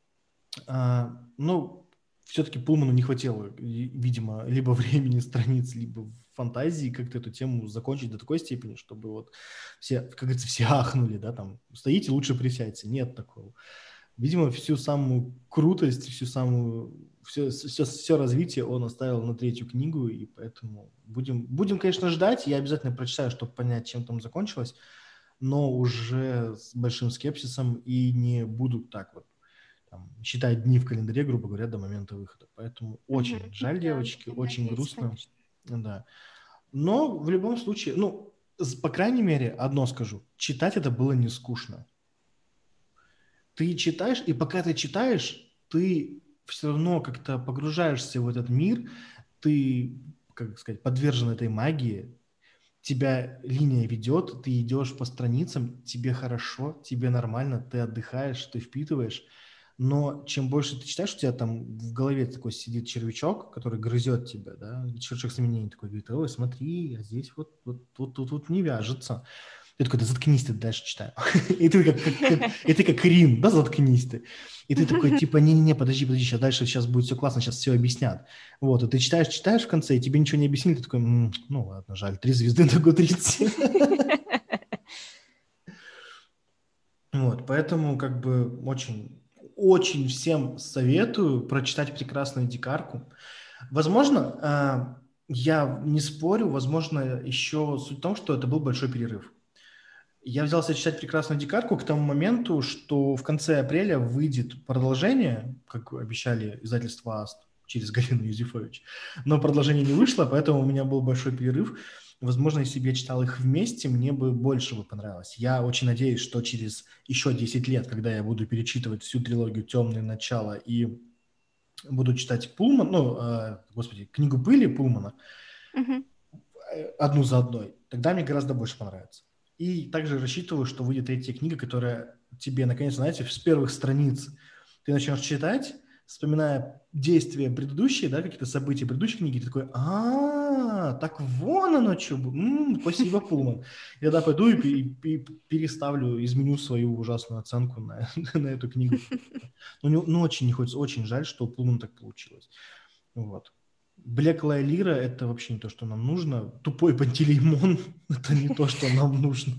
А, ну, все-таки Пулману не хватило, и, видимо, либо времени страниц, либо фантазии как-то эту тему закончить до такой степени, чтобы вот все, как говорится, все ахнули, да, там, стоите, лучше присядьте. Нет такого. Видимо, всю самую крутость, всю самую, все, все, все развитие он оставил на третью книгу, и поэтому будем, будем, конечно, ждать. Я обязательно прочитаю, чтобы понять, чем там закончилось, но уже с большим скепсисом и не буду так вот там, считать дни в календаре, грубо говоря, до момента выхода. Поэтому очень Мгм. жаль, Да, девочки, будем очень надеяться, грустно. конечно. Да. Но в любом случае, ну, с- по крайней мере, одно скажу. Читать это было не скучно. Ты читаешь, и пока ты читаешь, ты все равно как-то погружаешься в этот мир, ты, как сказать, подвержен этой магии, тебя линия ведет, ты идешь по страницам, тебе хорошо, тебе нормально, ты отдыхаешь, ты впитываешь. Но чем больше ты читаешь, у тебя там в голове такой сидит червячок, который грызет тебя, да, и червячок сомнений такой говорит: ой, смотри, а здесь вот, вот, вот тут вот не вяжется. Ты такой: да заткнись, ты дальше читаю. И ты как, как, как, и ты как Рин, да, заткнись ты. И ты такой, типа, не-не-не, подожди, подожди, сейчас дальше, сейчас будет все классно, сейчас все объяснят. Вот, и ты читаешь, читаешь в конце, и тебе ничего не объяснили, ты такой: «М, ну ладно, жаль, три звезды на Гудрице». Вот, поэтому как бы очень, очень всем советую прочитать «Прекрасную дикарку». Возможно, а, я не спорю, возможно, еще суть в том, что это был большой перерыв. Я взялся читать «Прекрасную дикарку» к тому моменту, что в конце апреля выйдет продолжение, как обещали издательство «Аст» через Галину Юзефович. Но продолжение не вышло, поэтому у меня был большой перерыв. Возможно, если бы я читал их вместе, мне бы больше бы понравилось. Я очень надеюсь, что через еще десять лет, когда я буду перечитывать всю трилогию «Темное начало» и буду читать Пулман, ну, э, господи, книгу пыли Пулмана, Мгм. одну за одной, тогда мне гораздо больше понравится. И также рассчитываю, что выйдет третья книга, которая тебе, наконец, знаете, с первых страниц ты начнешь читать, вспоминая действия предыдущие, да, какие-то события предыдущей книги, ты такой: а, так вон оно что, спасибо, Пулман. Я тогда пойду и, и- и переставлю, изменю свою ужасную оценку на, на эту книгу. Ну, не- ну, очень не хочется, очень жаль, что у Пулмана так получилось. Вот. Блеклая лира – это вообще не то, что нам нужно. Тупой Пантелеймон – это не то, что нам нужно.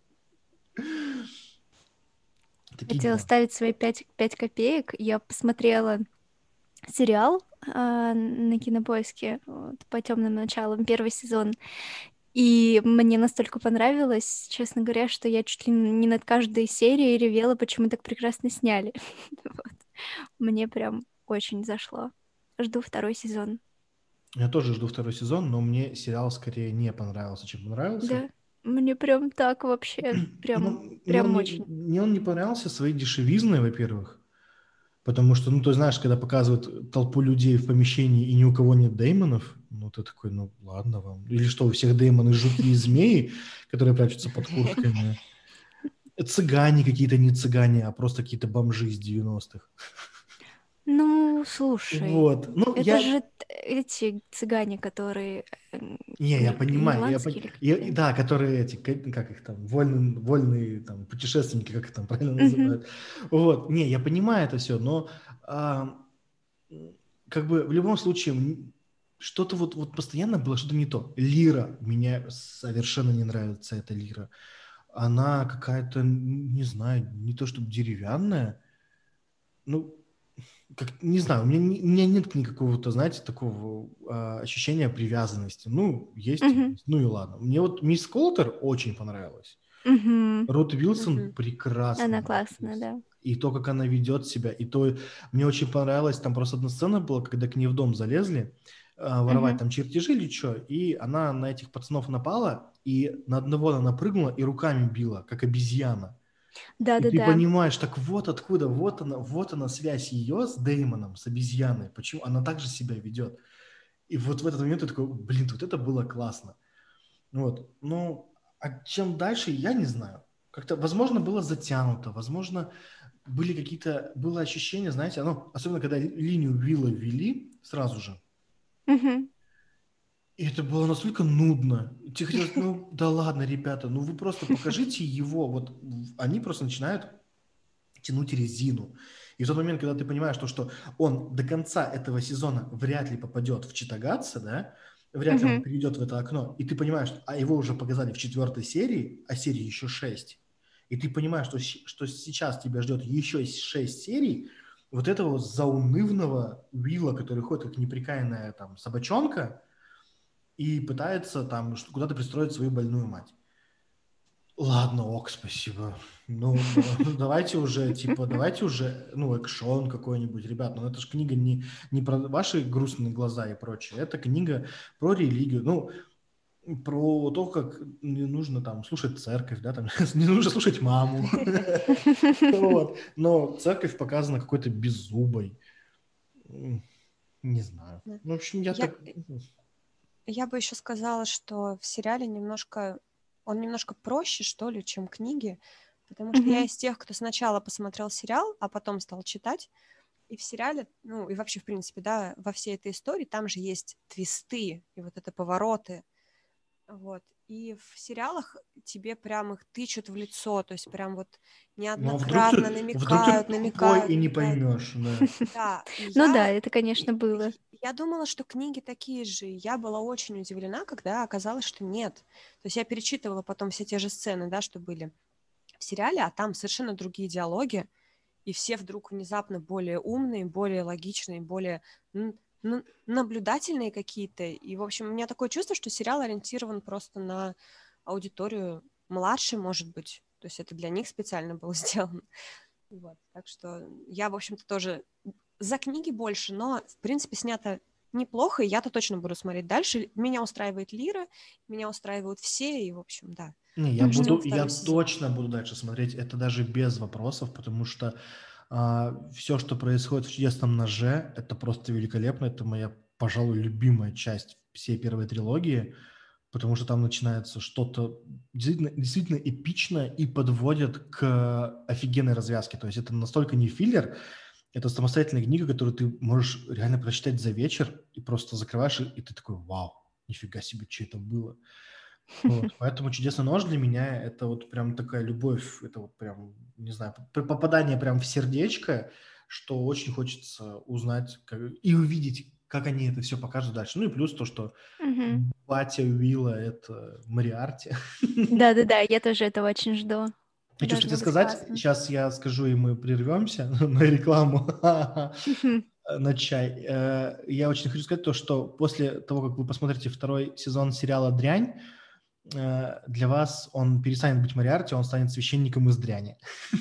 Такие Хотела дела. ставить свои пять, пять копеек. Я посмотрела сериал а, на Кинопоиске вот, по темным началам, первый сезон. И мне настолько понравилось, честно говоря, что я чуть ли не над каждой серией ревела, почему так прекрасно сняли. Вот. Мне прям очень зашло. Жду второй сезон. Я тоже жду второй сезон, но мне сериал скорее не понравился, чем понравился. Да, мне прям так вообще, прям, Ну, мне он прям не, очень. мне он не понравился своей дешевизной, во-первых. Потому что, ну, ты знаешь, когда показывают толпу людей в помещении и ни у кого нет деймонов, ну, ты такой: ну, ладно вам. Или что, у всех деймоны жуки и змеи, которые прячутся под куртками. Цыгане какие-то, не цыгане, а просто какие-то бомжи из девяностых. Ну, слушай, Вот. Ну, это я... же т- эти цыгане, которые э, Не, я не, понимаю. Я, ирландские пон- или я- какие-то. да, которые эти, как как их там, вольные, вольные там, путешественники, как их там правильно Мгм. называют. Вот. Не, я понимаю это все, но а, м, как бы в любом случае м, что-то вот, вот постоянно было что-то не то. Лира. Мне совершенно не нравится эта лира. Она какая-то, н- не знаю, не то чтобы деревянная. Ну, как, не знаю, у меня, не- у меня нет никакого-то, знаете, такого а, ощущения привязанности. Ну, есть, и Мгм. есть. Ну и ладно. Мне вот мисс Колтер очень понравилась. Мгм. Рут Вилсон Мгм. прекрасная Она классная, актриса. да. И то, как она ведет себя, и то мне очень понравилось, там просто одна сцена была, когда к ней в дом залезли, а, воровать Мгм. там чертежи или что, и она на этих пацанов напала, и на одного она напрыгнула и руками била, как обезьяна. И ты Да-да-да. понимаешь, так вот откуда, вот она, вот она связь ее с Дэймоном, с обезьяной, почему она так же себя ведет. И вот в этот момент ты такой, блин, вот это было классно. Вот. Ну, а чем дальше, я не знаю. Как-то, возможно, было затянуто, возможно, были какие-то, было ощущение, знаете, ну, особенно когда ли- линию Вилла ввели сразу же, Мгм. и это было настолько нудно. Тебе хотелось, ну, да ладно, ребята, ну вы просто покажите его. Вот в- они просто начинают тянуть резину. И в тот момент, когда ты понимаешь, то, что он до конца этого сезона вряд ли попадет в Читагатса, да, вряд ли он Мгм. перейдет в это окно, и ты понимаешь, а его уже показали в четвертой серии, а серии еще шесть, и ты понимаешь, что, щ- что сейчас тебя ждет еще шесть серий, вот этого вот заунывного Уилла, который ходит как неприкаянная там собачонка и пытается там ш- куда-то пристроить свою больную мать. Ладно, ок, спасибо. Ну, да, давайте уже, типа, давайте уже, ну, экшон какой-нибудь, ребят. Ну, это же книга не, не про ваши грустные глаза и прочее. Это книга про религию. Ну, про то, как не нужно там слушать церковь, да, там не нужно слушать маму. Вот. Но церковь показана какой-то беззубой. М, Не знаю. Да. Ну, в общем, я Я, так... я бы еще сказала, что в сериале немножко, он немножко проще, что ли, чем книги, потому что я Мгм. из тех, кто сначала посмотрел сериал, а потом стал читать. И в сериале, ну и вообще, в принципе, да, во всей этой истории там же есть твисты и вот это повороты. Вот. И в сериалах тебе прям их тычут в лицо, то есть прям вот Ну, а вдруг ты, неоднократно вдруг ты намекают, тупой намекают, и не намекают. поймешь, да. Да, и Ну да, я, это, конечно, и- было. и- я думала, что книги такие же. И я была очень удивлена, когда оказалось, что нет. То есть я перечитывала потом все те же сцены, да, что были в сериале, а там совершенно другие диалоги, и все вдруг внезапно более умные, более логичные, более н- н- наблюдательные какие-то. И, в общем, у меня такое чувство, что сериал ориентирован просто на аудиторию младше, может быть. То есть это для них специально было сделано. Вот. Так что я, в общем-то, тоже за книги больше, но, в принципе, снято неплохо, и я-то точно буду смотреть дальше. Меня устраивает Лира, меня устраивают все, и, в общем, да, Не, я Мгм. ждем буду, я второй сезон. точно буду дальше смотреть, это даже без вопросов, потому что все, что происходит в «Чудесном ноже», это просто великолепно, это моя, пожалуй, любимая часть всей первой трилогии, потому что там начинается что-то действительно, действительно эпичное и подводит к офигенной развязке, то есть это настолько не филлер, это самостоятельная книга, которую ты можешь реально прочитать за вечер и просто закрываешь, и, и ты такой, вау, нифига себе, что это было. Вот, поэтому «Чудесный нож» для меня это вот прям такая любовь, это вот прям, не знаю, п- попадание прям в сердечко, что очень хочется узнать как- и увидеть, как они это все покажут дальше. Ну и плюс то, что Мгм. батя Уилла – это Мориарти. Да-да-да, я тоже этого очень жду. И что Должно хотел быть сказать, классно. сейчас я скажу, и мы прервемся на рекламу, Мгм. на чай. Э, Я очень хочу сказать то, что после того, как вы посмотрите второй сезон сериала «Дрянь», э, для вас он перестанет быть Мориарти, он станет священником из дряни.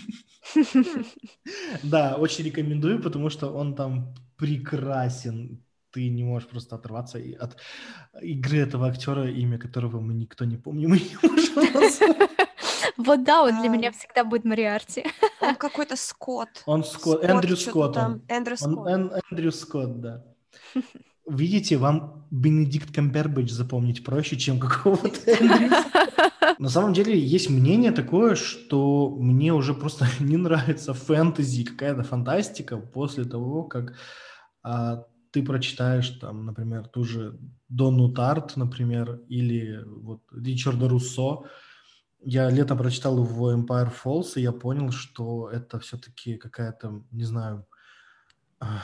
Хм. Да, очень рекомендую, потому что он там прекрасен. Ты не можешь просто оторваться и от игры этого актера, имя которого мы никто не помним, мы не можем назвать. Вот да, он для А, меня всегда будет Мориарти. он какой-то Скотт. Он Скотт, Скотт, Эндрю что-то Скотт там. он. Эндрю Он Скотт. Эн- Эндрю Скотт, да. Видите, вам Бенедикт Камбербэтч запомнить проще, чем какого-то Эндрю. На самом деле есть мнение такое, что мне уже просто не нравится фэнтези, какая-то фантастика после того, как а, ты прочитаешь там, например, ту же Донну Тарт, например, или вот Ричарда Руссо. Я летом прочитал его Empire Falls, и я понял, что это все-таки какая-то, не знаю, а,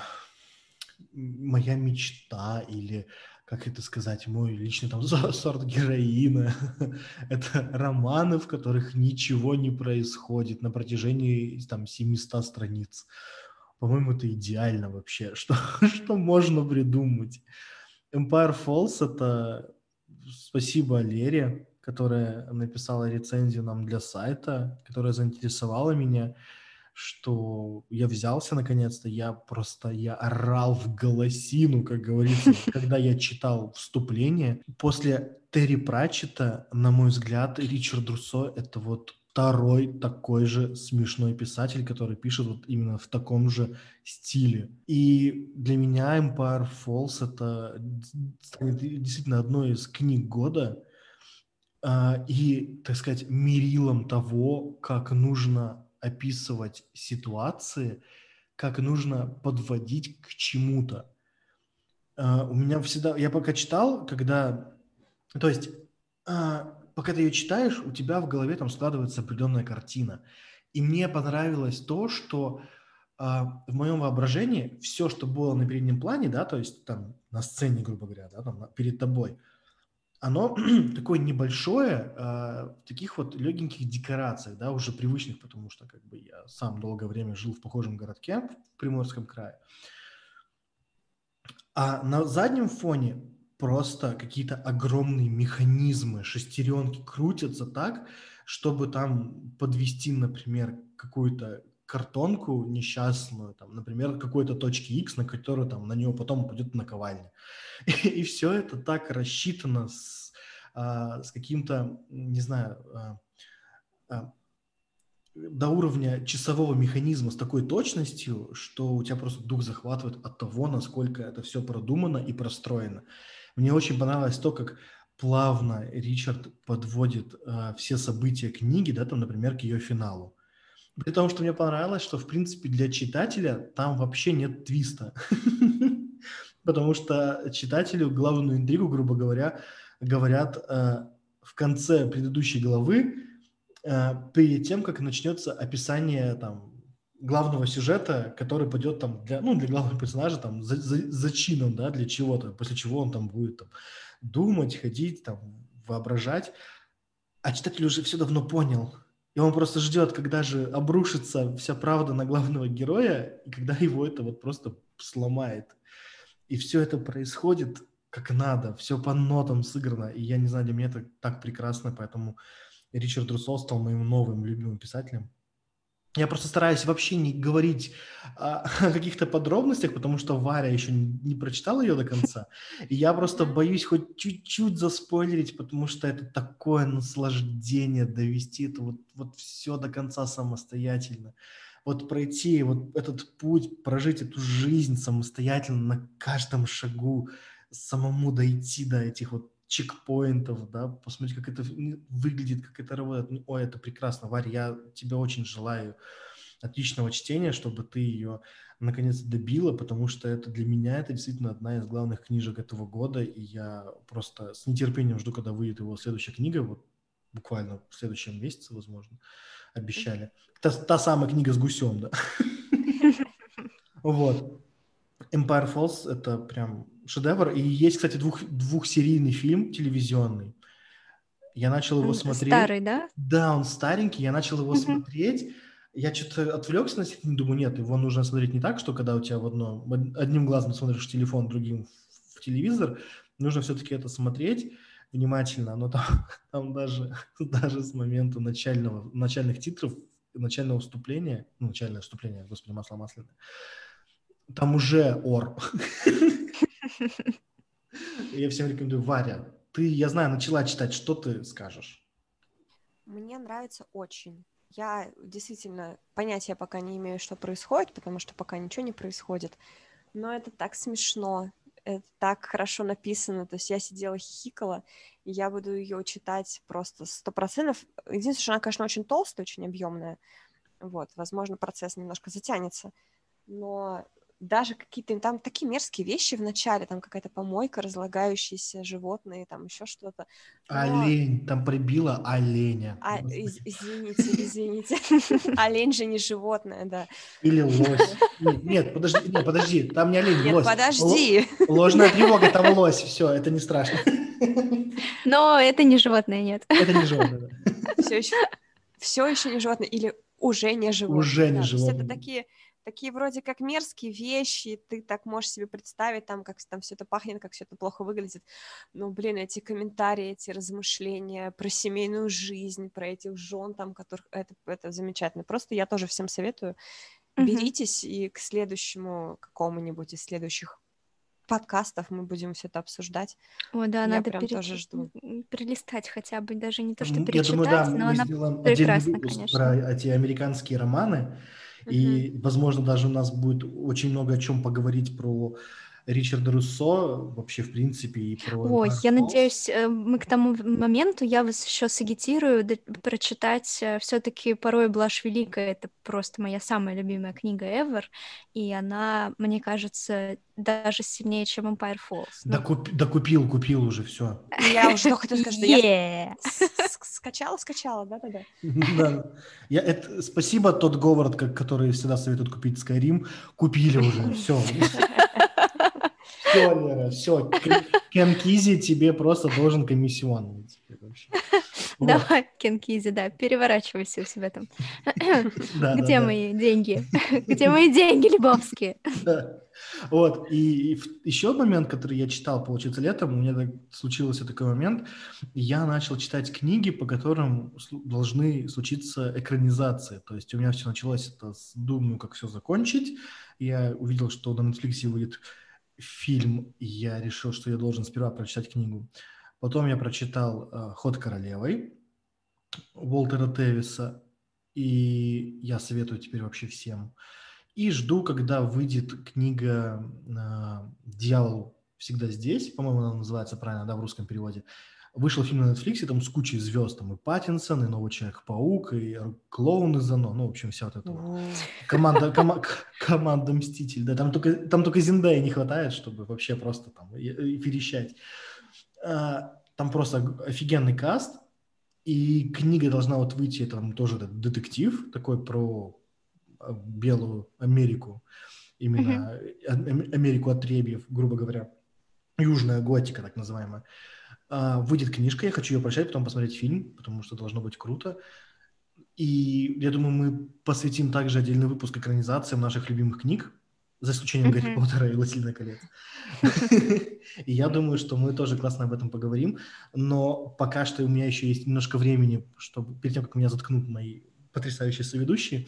моя мечта или, как это сказать, мой личный там со- сорт героина. Это романы, в которых ничего не происходит на протяжении там семисот страниц. По-моему, это идеально вообще. Что, что можно придумать? Empire Falls — это спасибо Лере, которая написала рецензию нам для сайта, которая заинтересовала меня, что я взялся наконец-то, я просто, я орал в голосину, как говорится, когда я читал вступление. После Терри Пратчетта, на мой взгляд, Ричард Руссо — это вот второй такой же смешной писатель, который пишет вот именно в таком же стиле. И для меня Empire Falls — это станет действительно одной из книг года, а, и, так сказать, мерилом того, как нужно описывать ситуации, как нужно подводить к чему-то. А, У меня всегда... Я пока читал, когда... То есть, а, пока ты ее читаешь, у тебя в голове там складывается определенная картина. И мне понравилось то, что а, в моем воображении все, что было на переднем плане, да, то есть там на сцене, грубо говоря, да, там на- перед тобой, оно такое небольшое, а, в таких вот легеньких декорациях, да, уже привычных, потому что как бы я сам долгое время жил в похожем городке в Приморском крае. А на заднем фоне просто какие-то огромные механизмы, шестеренки крутятся так, чтобы там подвести, например, какую-то картонку несчастную, там, например, какой-то точки X, на которую там на нее потом упадет наковальня. И, и все это так рассчитано с, а, с каким-то, не знаю, а, а, до уровня часового механизма с такой точностью, что у тебя просто дух захватывает от того, насколько это все продумано и простроено. Мне очень понравилось то, как плавно Ричард подводит а, все события книги, да, там, например, к ее финалу. При том, что мне понравилось, что, в принципе, для читателя там вообще нет твиста. Потому что читателю главную интригу, грубо говоря, говорят э, в конце предыдущей главы, э, перед тем, как начнется описание там главного сюжета, который пойдет там для, ну, для главного персонажа там за, за- зачином, да, для чего-то, после чего он там будет там думать, ходить, там, воображать. А читатель уже все давно понял. И он просто ждет, когда же обрушится вся правда на главного героя, и когда его это вот просто сломает. И все это происходит как надо, все по нотам сыграно. И я не знаю, для меня это так прекрасно, поэтому Ричард Руссо стал моим новым любимым писателем. Я просто стараюсь вообще не говорить а, о каких-то подробностях, потому что Варя еще не, не прочитала ее до конца. И я просто боюсь хоть чуть-чуть заспойлерить, потому что это такое наслаждение довести это вот, вот все до конца самостоятельно. Вот пройти вот этот путь, прожить эту жизнь самостоятельно на каждом шагу, самому дойти до этих вот чекпоинтов, да, посмотреть, как это выглядит, как это работает. Ой, это прекрасно, Варя, я тебе очень желаю отличного чтения, чтобы ты ее наконец добила, потому что это для меня это действительно одна из главных книжек этого года, и я просто с нетерпением жду, когда выйдет его следующая книга, вот буквально в следующем месяце, возможно, обещали. Та, та самая книга с гусем, да. Вот. Empire Falls — это прям шедевр. И есть, кстати, двух, двухсерийный фильм телевизионный. Я начал его смотреть. Старый, да? Да, он старенький. Я начал его Мгм. смотреть. Я что-то отвлекся на секунду, думаю, нет, его нужно смотреть не так, что когда у тебя в одно, одним глазом смотришь в телефон, другим в телевизор. Нужно все-таки это смотреть внимательно. Но там, там даже, даже с момента начального, начальных титров, начального вступления, ну, начальное вступление, господи, масло масляное, там уже ор. Я всем рекомендую. Варя, ты, я знаю, начала читать. Что ты скажешь? Мне нравится очень. Я действительно понятия пока не имею, что происходит, потому что пока ничего не происходит. Но это так смешно, это так хорошо написано. То есть я сидела, хихикала, и я буду ее читать просто сто процентов. Единственное, что она, конечно, очень толстая, очень объемная. Вот, возможно, процесс немножко затянется. Но даже какие-то там такие мерзкие вещи в начале, там какая-то помойка, разлагающиеся животные, там еще что-то. Но... Олень, там прибило оленя. А, из- извините, извините. Олень же не животное, да. Или лось. Нет, нет, подожди, нет, подожди, там не олень, Нет, лось. подожди. Л- ложная тревога, там лось, все, это не страшно. Но это не животное, нет. Это не животное, да. Все еще, все еще не животное или уже не животное. Уже не да. То есть это животное. такие такие вроде как мерзкие вещи, ты так можешь себе представить, там, как там все это пахнет, как все это плохо выглядит. Ну, блин, эти комментарии, эти размышления про семейную жизнь, про этих жен, там, которых... Это, это замечательно. Просто я тоже всем советую. Мгм. Беритесь, и к следующему какому-нибудь из следующих подкастов мы будем все это обсуждать. О, да, Я надо прям тоже перечи- жду. м, перелистать хотя бы, даже не то, что М, Я думаю, да, перечитать, мы но мы она сделаем отдельный прекрасна, выпуск конечно. про эти американские романы, Мгм. и, возможно, даже у нас будет очень много о чем поговорить про Ричарда Руссо, вообще, в принципе, и про Ой, Empire я Falls. надеюсь, э, мы к тому в- моменту, я вас еще сагитирую д- прочитать все-таки «Порой блажь великая». Это просто моя самая любимая книга ever, и она, мне кажется, даже сильнее, чем Empire Falls. Да, Ну, куп- да купил, купил уже, все. Я уже только хотела сказать, что я е с- с- скачала, скачала, да-да-да. Да. Я, это, спасибо, тот Говард, как- который всегда советует купить Skyrim. Купили уже, все. Все, Лера, все. Кен Кизи тебе просто должен комиссионный теперь вообще. Вот. Давай, Кенкизи, да, переворачивайся у себя там. Да, да, Где да. мои деньги? Где мои деньги, Лебовские? Да. Вот, и, и в- еще момент, который я читал, получается, летом, у меня так случился такой момент, я начал читать книги, по которым слу- должны случиться экранизации, то есть у меня все началось это с «Думаю, как все закончить», я увидел, что на Netflix выйдет фильм, и я решил, что я должен сперва прочитать книгу. Потом я прочитал э, «Ход королевой» Уолтера Тевиса, и я советую теперь вообще всем. И жду, когда выйдет книга а, «Дьявол всегда здесь», по-моему, она называется правильно, да, в русском переводе. Вышел фильм на Netflix, там с кучей звезд, там и Паттинсон, и Новый Человек-паук, и клоун из «Оно», ну, в общем, вся вот эта вот У. команда, кома- к- команда «Мститель», да, там только, там только Зендая не хватает, чтобы вообще просто там и- и верещать. А, Там просто офигенный каст, и книга должна вот выйти, там тоже этот детектив такой про а, белую Америку, Мгм. именно э, Ам- Америку отребьев, грубо говоря, южная готика, так называемая. А, Выйдет книжка, я хочу ее прочитать, потом посмотреть фильм, потому что должно быть круто. И я думаю, мы посвятим также отдельный выпуск экранизациям наших любимых книг, за исключением Гарри Мгм. Поттера и «Властелина колец». И я думаю, что мы тоже классно об этом поговорим, но пока что у меня еще есть немножко времени, чтобы перед тем, как меня заткнут мои потрясающие соведущие,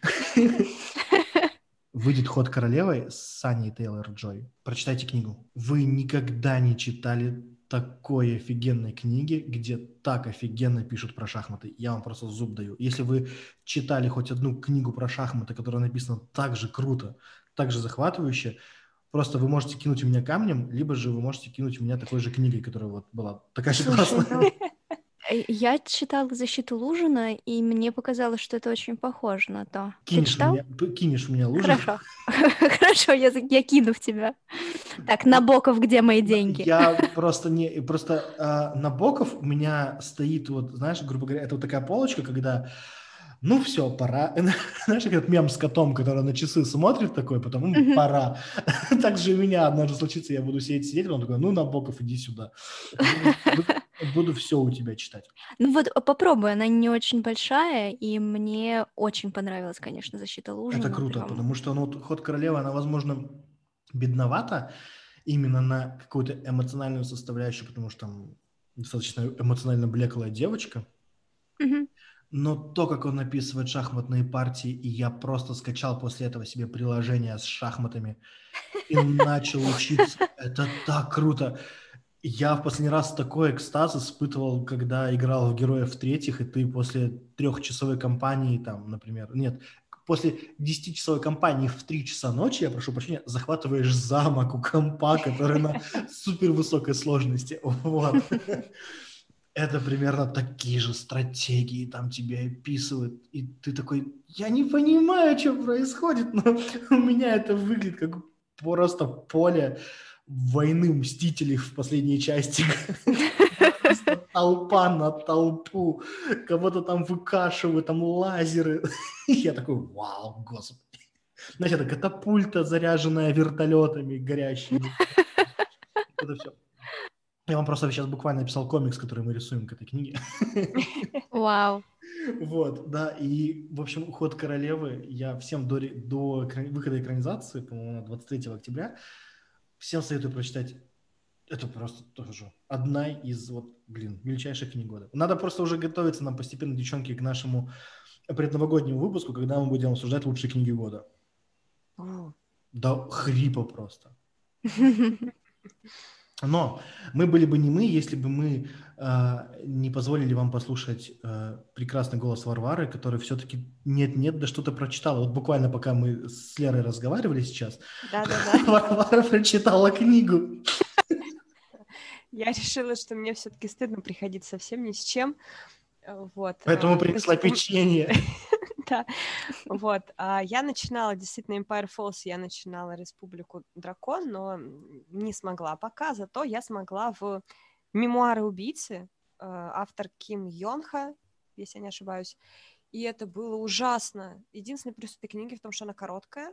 выйдет «Ход королевой» с Саней Тейлор-Джой. Прочитайте книгу. Вы никогда не читали такой офигенной книги, где так офигенно пишут про шахматы. Я вам просто зуб даю. Если вы читали хоть одну книгу про шахматы, которая написана так же круто, так же захватывающе, просто вы можете кинуть у меня камнем, либо же вы можете кинуть у меня такой же книгой, которая вот была такая же Слушай, классная. ну, э, я читала «Защиту Лужина», и мне показалось, что это очень похоже на то. Ты Кинешь у читал? меня, п- кинешь у меня лужу. Хорошо. Хорошо, я, за- я кину в тебя. Так, Набоков, где мои Да, деньги? Я просто не... Просто а, Набоков у меня стоит, вот, знаешь, грубо говоря, это вот такая полочка, когда, ну все, пора. Знаешь, как этот мем с котом, который на часы смотрит такой, потом «М, Мгм. пора. Так же и у меня однажды случится, я буду сидеть, сидеть, потом такой, ну, Набоков, иди сюда. Буду, буду- буду все у тебя читать. Ну вот а попробуй, она не очень большая, и мне очень понравилась, конечно, «Защита Это Лужина». круто, Прям. потому что ну, вот «Ход королевы», она, возможно, бедновата именно на какую-то эмоциональную составляющую, потому что там достаточно эмоционально блеклая девочка. Мгм. Но то, как он описывает шахматные партии, и я просто скачал после этого себе приложение с шахматами и начал учиться. Это так круто. Я в последний раз такой экстаз испытывал, когда играл в Героев третьих, и ты после трехчасовой кампании, там, например, нет, после десятичасовой кампании в три часа ночи, я прошу прощения, захватываешь замок у компа, который на супервысокой сложности. Вот. Это примерно такие же стратегии там тебе описывают, и ты такой, я не понимаю, что происходит, но у меня это выглядит как просто поле войны Мстителей в последней части. Просто толпа на толпу, кого-то там выкашивают, там лазеры. Я такой, вау, господи. Знаете, это катапульта, заряженная вертолетами горящими. Это все. Я вам просто сейчас буквально написал комикс, который мы рисуем к этой книге. Вау. Вот, да, и, в общем, «Уход королевы» я всем до, ре- до экра- выхода экранизации, по-моему, двадцать третьего октября, всем советую прочитать. Это просто тоже одна из, вот, блин, величайших книг года. Надо просто уже готовиться нам постепенно, девчонки, к нашему предновогоднему выпуску, когда мы будем обсуждать лучшие книги года. О. До хрипа просто. Но мы были бы не мы, если бы мы э, не позволили вам послушать э, прекрасный голос Варвары, который все-таки нет-нет, да что-то прочитала. Вот буквально пока мы с Лерой разговаривали сейчас, Да-да-да. Варвара прочитала книгу. Я решила, что мне все-таки стыдно приходить совсем ни с чем. Э, Вот. Поэтому э, то принесла есть у м- печенье. Да, вот. А я начинала действительно Empire Falls, я начинала Республику Дракон, но м, не смогла пока, зато я смогла в Мемуары убийцы, э, автор Ким Йонха, если я не ошибаюсь, и это было ужасно. Единственный плюс этой книги в том, что она короткая,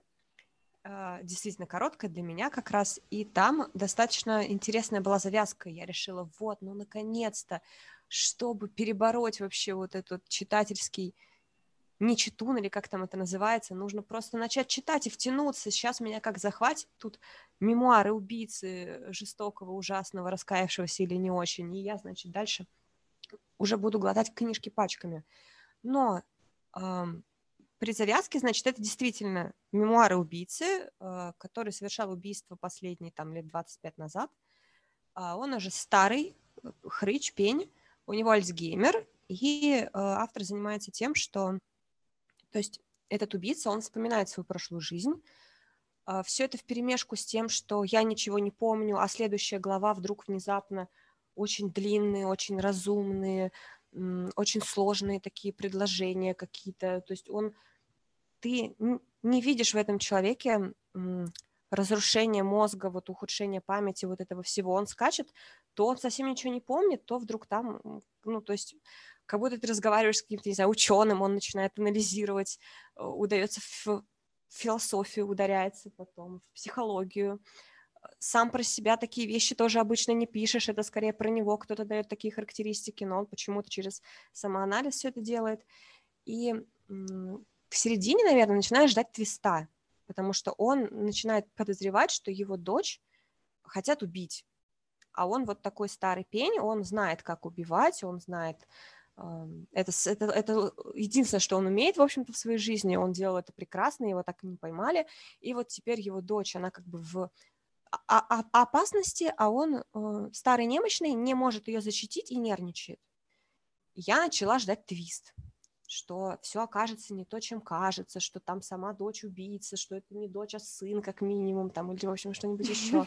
э, действительно короткая для меня как раз, и там достаточно интересная была завязка. Я решила, вот, ну наконец-то, чтобы перебороть вообще вот этот читательский не читун, или как там это называется, нужно просто начать читать и втянуться. Сейчас меня как захватит тут мемуары убийцы жестокого, ужасного, раскаявшегося или не очень, и я, значит, дальше уже буду глотать книжки пачками. Но ам, при завязке, значит, это действительно мемуары убийцы, э, который совершал убийство последние там лет двадцать пять назад. А он уже старый, э, хрыч, пень, у него Альцгеймер, и э, автор занимается тем, что то есть этот убийца, он вспоминает свою прошлую жизнь. Все это вперемешку с тем, что я ничего не помню, а следующая глава вдруг внезапно очень длинные, очень разумные, м, очень сложные такие предложения какие-то. То есть он, ты н- не видишь в этом человеке м, разрушение мозга, вот ухудшение памяти, вот этого всего. Он скачет, то он совсем ничего не помнит, то вдруг там, м, ну, то есть как будто ты разговариваешь с каким-то, не знаю, ученым, он начинает анализировать, э, удается в философию, ударяется потом, в психологию. Сам про себя такие вещи тоже обычно не пишешь, это скорее про него кто-то дает такие характеристики, но он почему-то через самоанализ все это делает. И м, в середине, наверное, начинаешь ждать твиста, потому что он начинает подозревать, что его дочь хотят убить. А он вот такой старый пень, он знает, как убивать, он знает... эм, Это, с- это, это единственное, что он умеет, в общем-то, в своей жизни. Он делал это прекрасно, его так и не поймали. И вот теперь его дочь, она как бы в а- а- а- опасности, а он э, старый немощный, не может ее защитить и нервничает. Я начала ждать твист, что все окажется не то, чем кажется, что там сама дочь убийца, что это не дочь, а сын, как минимум, там, или, в общем, что-нибудь еще.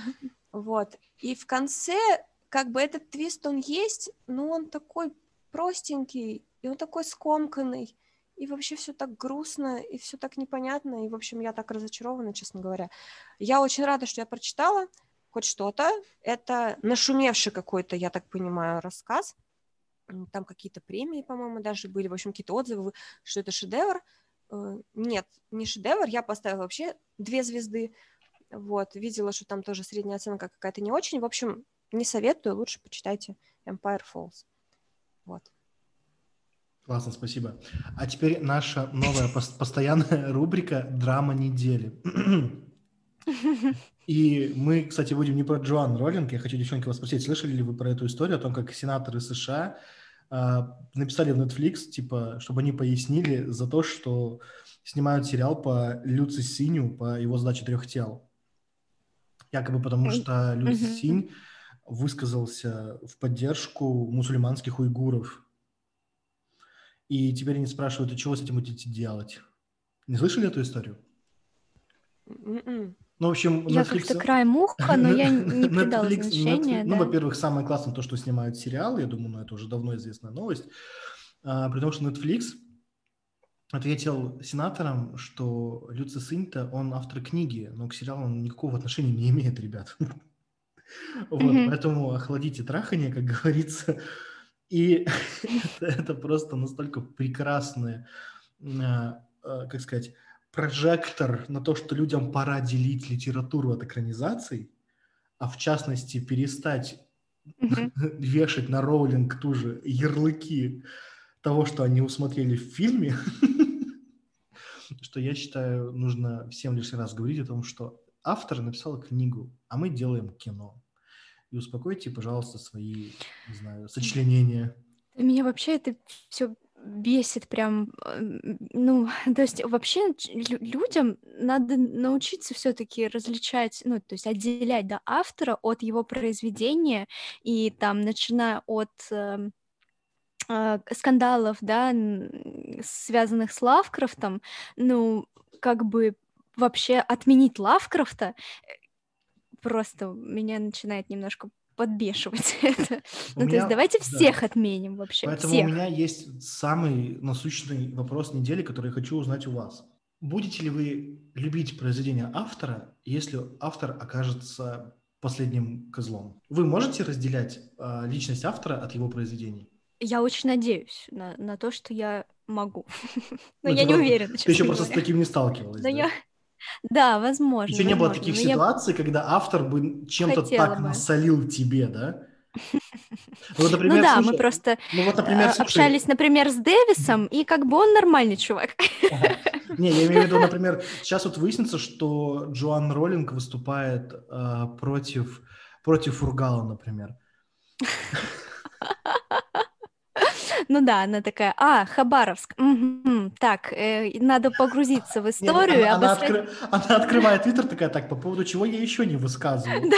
Вот. И в конце, как бы, этот твист, он есть, но он такой простенький, и он такой скомканный, и вообще все так грустно, и все так непонятно, и, в общем, я так разочарована, честно говоря. Я очень рада, что я прочитала хоть что-то. Это нашумевший какой-то, я так понимаю, рассказ. М, Там какие-то премии, по-моему, даже были, в общем, какие-то отзывы, что это шедевр. Э, Нет, не шедевр, я поставила вообще две звезды. Вот, видела, что там тоже средняя оценка какая-то не очень. В общем, не советую, лучше почитайте Empire Falls. Вот. Классно, спасибо. А теперь наша новая пос- постоянная рубрика «Драма недели». И мы, кстати, будем не про Джоан Роллинг. Я хочу, девчонки, вас спросить, слышали ли вы про эту историю о том, как сенаторы США а, написали в Netflix, типа, чтобы они пояснили за то, что снимают сериал по Лю Цисиню, по его задаче трех тел. Якобы потому, М, что Лю мгм. Цисинь высказался в поддержку мусульманских уйгуров. И теперь они спрашивают, а чего с этим будете делать? Не слышали эту историю? М-м. Ну, в общем, Я Netflix... как-то краем уха, но я не придала Netflix, Netflix, значения, ну, да. во-первых, самое классное то, что снимают сериалы, я думаю, ну, это уже давно известная новость, а, при том, что Netflix ответил сенаторам, что Лю Цисинь-то, он автор книги, но к сериалу он никакого отношения не имеет, ребят. Вот, Мгм. поэтому охладите трахание, как говорится, и это, это просто настолько прекрасное, а, а, как сказать, прожектор на то, что людям пора делить литературу от экранизаций, а в частности перестать Мгм. вешать на Роулинг ту же ярлыки того, что они усмотрели в фильме, что я считаю, нужно всем лишний раз говорить о том, что автор написал книгу, а мы делаем кино. И успокойте, пожалуйста, свои, не знаю, сочленения. Меня вообще это все бесит прям, э, ну, то есть вообще ч- лю- людям надо научиться все-таки различать, ну, то есть отделять, да, автора от его произведения, и там, начиная от эм, а, к- скандалов, да, н- связанных с Лавкрафтом, ну, как бы вообще отменить Лавкрафта просто меня начинает немножко подбешивать это. У Ну, то есть меня, давайте да. всех отменим вообще, Поэтому у всех. меня есть самый насущный вопрос недели, который я хочу узнать у вас. Будете ли вы любить произведение автора, если автор окажется последним козлом? Вы можете разделять а, личность автора от его произведений? Я очень надеюсь на, на то, что я могу. Но Ну, я не типа, уверена, ты еще честно просто с говоря. таким не сталкивалась, Но да? я... Да, возможно, Еще не было возможно. таких Но я ситуаций, когда автор бы чем-то хотела так бы. насолил тебе, да? Ну, вот, Ну например, да, мы слушай, просто ну вот, э, например, общались, слушай, например, с Дэвисом, и как бы он нормальный чувак. ага. Не, я имею в виду, например, сейчас вот выяснится, что Джоан Роллинг выступает э, против, против Фургала, например. Ну да, она такая, а, Хабаровск, мгм, так, э, надо погрузиться в Не, не, историю и она, она, обосрать. откры- она открывает Твиттер такая, так, по поводу чего я еще не высказываю.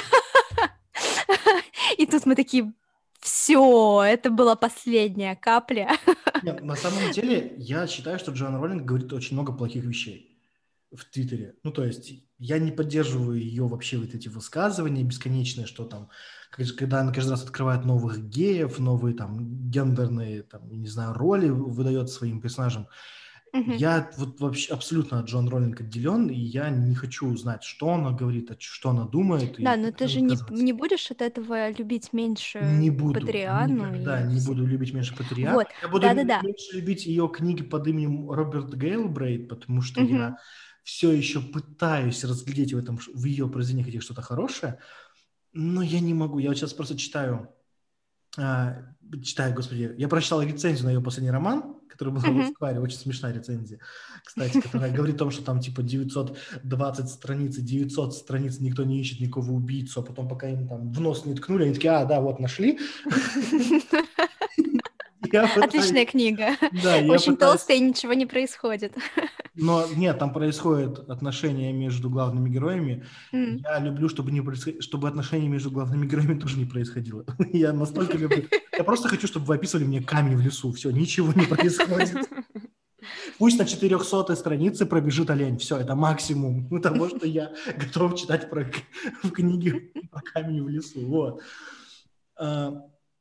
И тут мы такие, все, это была последняя капля. Нет, на самом деле, я считаю, что Джоан Роллинг говорит очень много плохих вещей в Твиттере. Ну, то есть, я не поддерживаю ее вообще вот эти высказывания бесконечные, что там, как же, когда она каждый раз открывает новых геев, новые там гендерные, там, не знаю, роли выдает своим персонажам. Мгм. Я вот вообще абсолютно от Джоан Роллинг отделен, и я не хочу знать, что она говорит, а что она думает, и Да, но как ты она же не, высказывается. не будешь от этого любить Не меньше буду, Патриану никогда и не вс- буду любить меньше Патриана. Вот, Я буду м- да-да-да. меньше любить ее книги под именем Роберт Гейлбрейт, потому что я Мгм. все еще пытаюсь разглядеть в этом, ш- в ее произведениях этих что-то хорошее, но я не могу. Я вот сейчас просто читаю, а, читаю, господи, я прочитал рецензию на ее последний роман, который был в Мгм. Эскваре, очень смешная рецензия, кстати, которая говорит о том, что там типа девятьсот двадцать страниц, и девятьсот страниц никто не ищет никого убийцу, а потом пока им там в нос не ткнули, они такие, а, да, вот нашли. Я пытаюсь, Отличная книга. да, я Очень пытаюсь, толстая, и ничего не происходит. но нет, там происходят отношения между главными героями. М. Я люблю, чтобы не происход... чтобы отношения между главными героями тоже не происходило. Я настолько люблю. Я просто хочу, чтобы вы описывали мне камень в лесу. Все, ничего не происходит. Пусть на четырехсотой странице пробежит олень. Все, это максимум того, что я готов читать про... в книге про камень в лесу. Вот. А,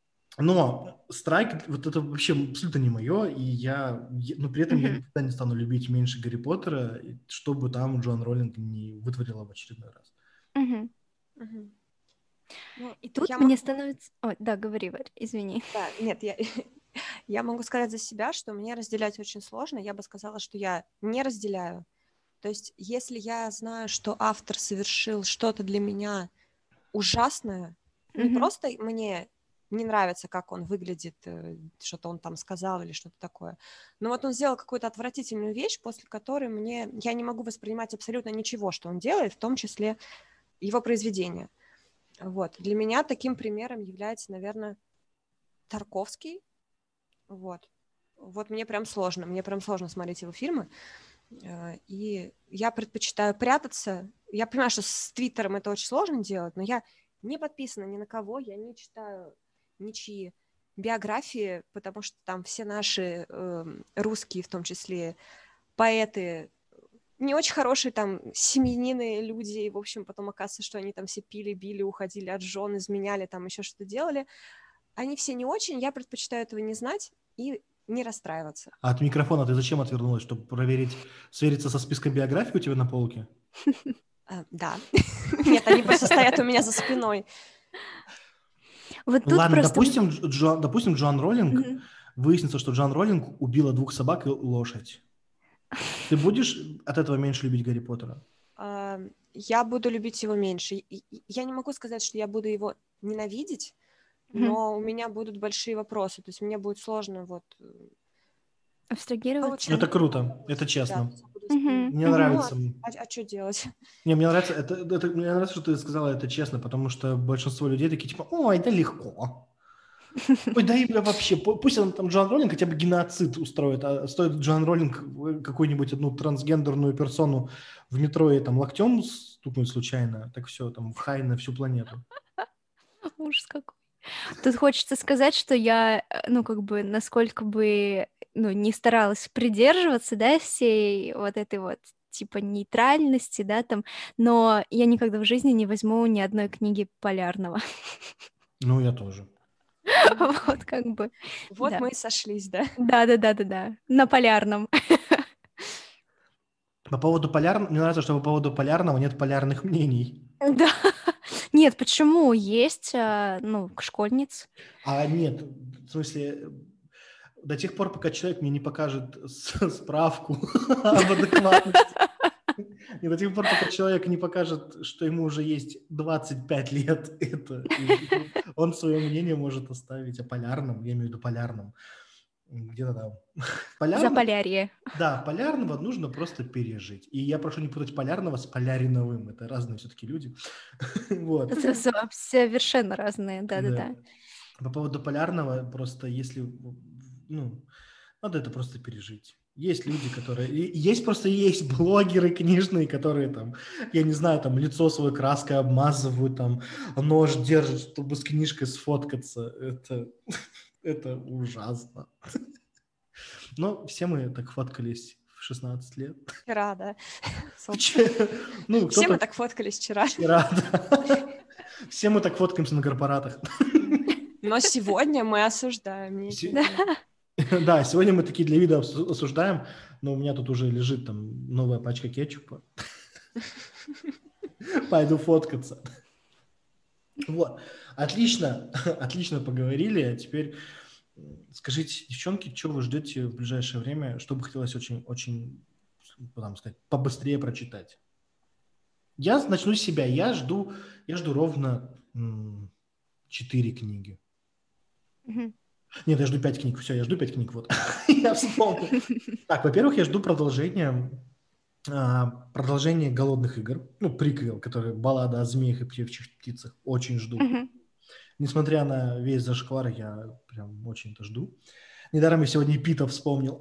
Но Страйк, вот это вообще абсолютно не мое, и я, я- но при этом я Мгм. никогда не стану любить меньше Гарри Поттера, и чтобы там Джоан Роллинг не вытворила в очередной раз. Мгм. Мгм. Ну, И тут я мне могу... становится... Ой, да, говори, Варь, извини. Да, нет, я, я могу сказать за себя, что мне разделять очень сложно. Я бы сказала, что я не разделяю. То есть, если я знаю, что автор совершил что-то для меня ужасное, не Мгм. просто мне не нравится, как он выглядит, э, что-то он там сказал или что-то такое, но вот он сделал какую-то отвратительную вещь, после которой мне я не могу воспринимать абсолютно ничего, что он делает, в том числе его произведения. Вот. Для меня таким примером является, наверное, Тарковский. Вот. Вот мне прям сложно, мне прям сложно смотреть его фильмы. Э, И я предпочитаю прятаться. Я понимаю, что с Твиттером это очень сложно делать, но я не подписана ни на кого, я не читаю ничьи биографии, потому что там все наши э, русские, в том числе поэты, не очень хорошие там семьянины люди, и, в общем, потом оказывается, что они там все пили, били, уходили от жен, изменяли, там еще что-то делали. Они все не очень, я предпочитаю этого не знать и не расстраиваться. А от микрофона ты зачем отвернулась? Чтобы проверить, свериться со списком биографии у тебя на полке? А, да. Нет, они просто стоят у меня за спиной. Вот Ну тут ладно, просто... допустим, Дж- Джо- допустим, Джоан Роллинг, Мгм. выяснится, что Джоан Роллинг убила двух собак и лошадь. Ты будешь от этого меньше любить Гарри Поттера? А, Я буду любить его меньше. И- и- Я не могу сказать, что я буду его ненавидеть, Мгм. но у меня будут большие вопросы. То есть мне будет сложно вот... э, Абстрагироваться. Это круто, это Да, честно. буду Мгм, сделать. Мне мгм. нравится. Ну, а, а что делать? Не, мне нравится, это, это- мне нравится, что ты сказала это честно, потому что большинство людей такие, типа, ой, да легко. Ой, да и вообще, пу- пусть он там Джоан Роллинг хотя бы геноцид устроит, а стоит Джоан Роллинг э, какую-нибудь одну трансгендерную персону в метро и там локтем стукнуть случайно, так все, там, в хай на всю планету. Ужас какой. Тут хочется сказать, что я, э, ну, как бы, насколько бы, ну, не старалась придерживаться, да, всей вот этой вот типа нейтральности, да, там, но я никогда в жизни не возьму ни одной книги Полярного. Ну, я тоже. М, Вот как бы, Вот да. мы и сошлись, да? Да-да-да-да-да, на Полярном. По поводу полярного, мне нравится, что по поводу полярного нет полярных мнений. Да. Нет, почему? Есть, а, ну, школьниц. А нет, в смысле, до тех пор, пока человек мне не покажет с- справку об адекватности, и до тех пор, пока человек не покажет, что ему уже есть двадцать пять лет, это, и он свое мнение может оставить о полярном, я имею в виду полярном, где-то там. Полярно, Заполярье. да, полярного нужно просто пережить. И я прошу не путать полярного с поляриновым, это разные все-таки люди. Вот. Это со- совершенно разные, Да. да-да-да. По поводу полярного, просто если, ну, надо это просто пережить. Есть люди, которые... и Есть просто есть блогеры книжные, которые там, я не знаю, там лицо свое краской обмазывают, там нож держат, чтобы с книжкой сфоткаться. Это, это ужасно. Но все мы так фоткались в шестнадцать лет. Вчера, да. Собственно. Ну, Все мы кто-то так фоткались вчера. вчера, да. Все мы так фоткаемся на корпоратах. Но сегодня мы осуждаем. не Се- делаем. Да, сегодня мы такие для вида осу- осуждаем, но у меня тут уже лежит там новая пачка кетчупа. Пойду фоткаться. Вот. Отлично, отлично поговорили. А теперь м, скажите, девчонки, что вы ждете в ближайшее время? Что бы хотелось очень, очень, там сказать, побыстрее прочитать? Я начну с себя. Я жду, я жду ровно м, четыре книги. Мгм. Нет, я жду пять книг. Все, я жду пять книг. Вот. Я вспомнил. Так, во-первых, я жду продолжения, а, продолжение «Голодных игр». Ну, приквел, который «Баллада о змеях и певчих птицах». Очень жду. Мгм. Несмотря на весь зашквар, я прям очень это жду. Недаром я сегодня и Пита вспомнил.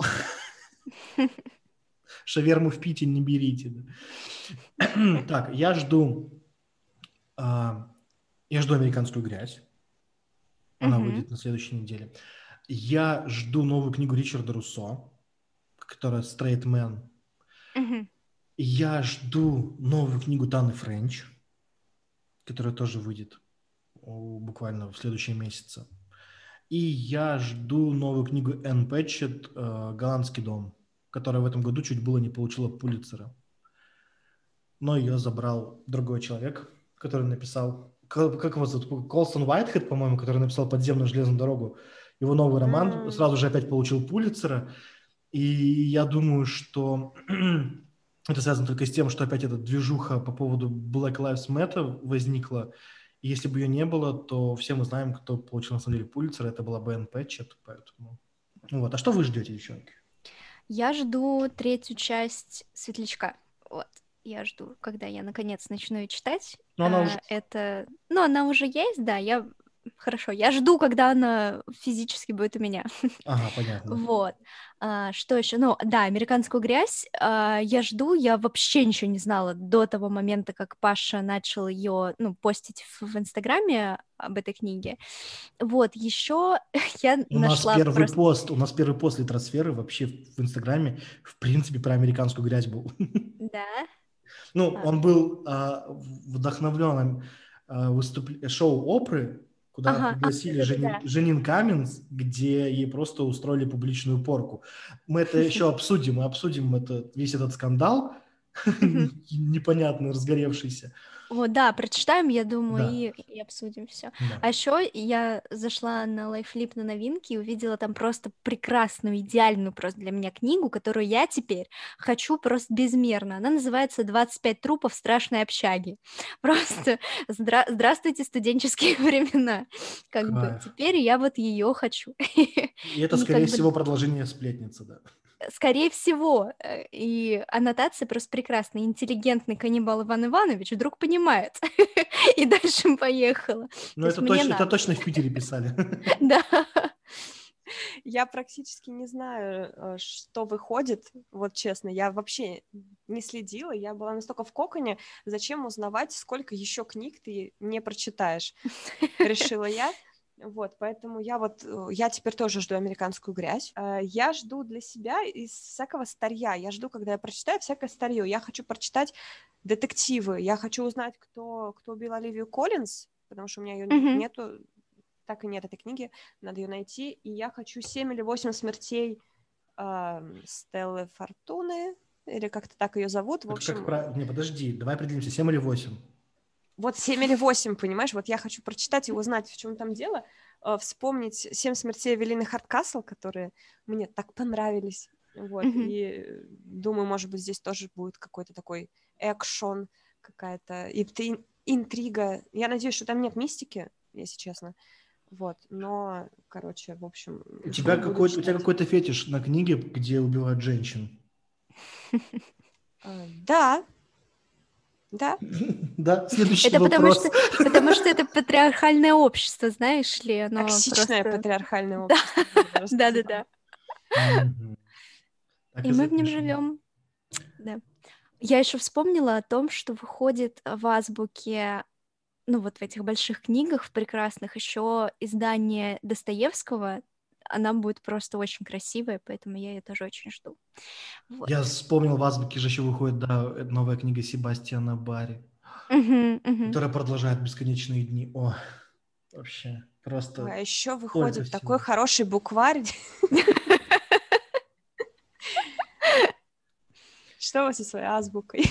Шаверму в Пите не берите. Да. Так, я жду, а, я жду «Американскую грязь». Она Мгм. выйдет на следующей неделе. Я жду новую книгу Ричарда Руссо, которая «Straight Man». Мгм. Я жду новую книгу Таны Френч, которая тоже выйдет о, буквально в следующем месяце. И я жду новую книгу Энн Пэтчетт э, «Голландский дом», которая в этом году чуть было не получила Пулитцера. Но ее забрал другой человек, который написал, как, как его зовут, Колсон Уайтхед, по-моему, который написал «Подземную железную дорогу». Его новый роман М. сразу же опять получил Пулитцера. И я думаю, что это связано только с тем, что опять эта движуха по поводу Black Lives Matter возникла. И если бы ее не было, то все мы знаем, кто получил на самом деле Пулитцера. Это была Энн Пэтчетт. Поэтому... Ну вот. А что вы ждете, девчонки? Я жду третью часть «Светлячка». Вот. Я жду, когда я наконец начну ее читать. Ну, она А, уже... Это... Ну, она уже есть, да, я... Хорошо, я жду, когда она физически будет у меня. Ага, понятно. Вот. А, что еще? Ну, да, «Американскую грязь» а, я жду, я вообще ничего не знала до того момента, как Паша начал ее, ну, постить в, в Инстаграме об этой книге. Вот, еще я У нас нашла первый просто... пост, у нас первый пост литросферы вообще в Инстаграме, в принципе, про американскую грязь был. Да? Ну, А. он был а, вдохновлен а, выступ... шоу Опры, куда Ага, а, пригласили Женин, да-да-да. Женин Каменс, где ей просто устроили публичную порку. Мы это еще обсудим, мы обсудим это, весь этот скандал Мгм. непонятный, разгоревшийся. Вот, да, прочитаем, я думаю, Да, и, и обсудим все. да. А еще я зашла на Лайфлип на новинки и увидела там просто прекрасную, идеальную просто для меня книгу, которую я теперь хочу просто безмерно. Она называется «двадцать пять трупов страшной общаги». Просто здра- здравствуйте, студенческие времена. Как бы Кайф. теперь я вот ее хочу. И это, И скорее как бы всего, продолжение «Сплетницы», да. скорее всего, э, и аннотация просто прекрасная. Интеллигентный каннибал Иван Иванович вдруг понимает. И дальше поехала. Ну, То есть это, мне точ- это надо. точно в Питере писали. Да. Я практически не знаю, э, что выходит, вот честно, я вообще не следила, я была настолько в коконе, зачем узнавать, сколько еще книг ты не прочитаешь, решила я. Вот, поэтому я вот, э, я теперь тоже жду американскую грязь. Э, Я жду для себя из всякого старья. Я жду, когда я прочитаю всякое старье. Я хочу прочитать детективы. Я хочу узнать, кто, кто убил Оливию Коллинз, потому что у меня ее Мгм. нету, так и нет этой книги, надо ее найти. И я хочу семь или восемь смертей э, Стеллы Фортуны, или как-то так ее зовут. В Это как общем, правило... Не, подожди, давай определимся, семь или восемь. вот семь или восемь, понимаешь? Вот я хочу прочитать и узнать, в чем там дело, э, вспомнить «Семь смертей Эвелины Хардкасл», которые мне так понравились. Вот, Мгм. и думаю, может быть, здесь тоже будет какой-то такой экшон, какая-то интри- интрига. Я надеюсь, что там нет мистики, если честно. Вот, но, короче, в общем, У жду, тебя, буду какой, у тебя читать. какой-то фетиш на книге, где убивают женщин. А, Да, да. Да, следующий Это потому вопрос. что, потому что это патриархальное общество, знаешь ли, оно Токсичное просто... патриархальное Да, общество, можно даже сказать. да-да-да. Мгм. Так И и мы в нем запишем. живем. Да. Я еще вспомнила о том, что выходит в азбуке, ну вот в этих больших книгах, в прекрасных, еще издание Достоевского. Она будет просто очень красивая, поэтому я ее тоже очень жду. Вот. Я вспомнил, в азбуке же еще выходит, да, э, новая книга Себастьяна Барри, Мгм, мгм. которая продолжает «Бесконечные дни». О, вообще, Ой, просто а еще столько выходит такой всего. хороший букварь. Что вы со своей азбукой?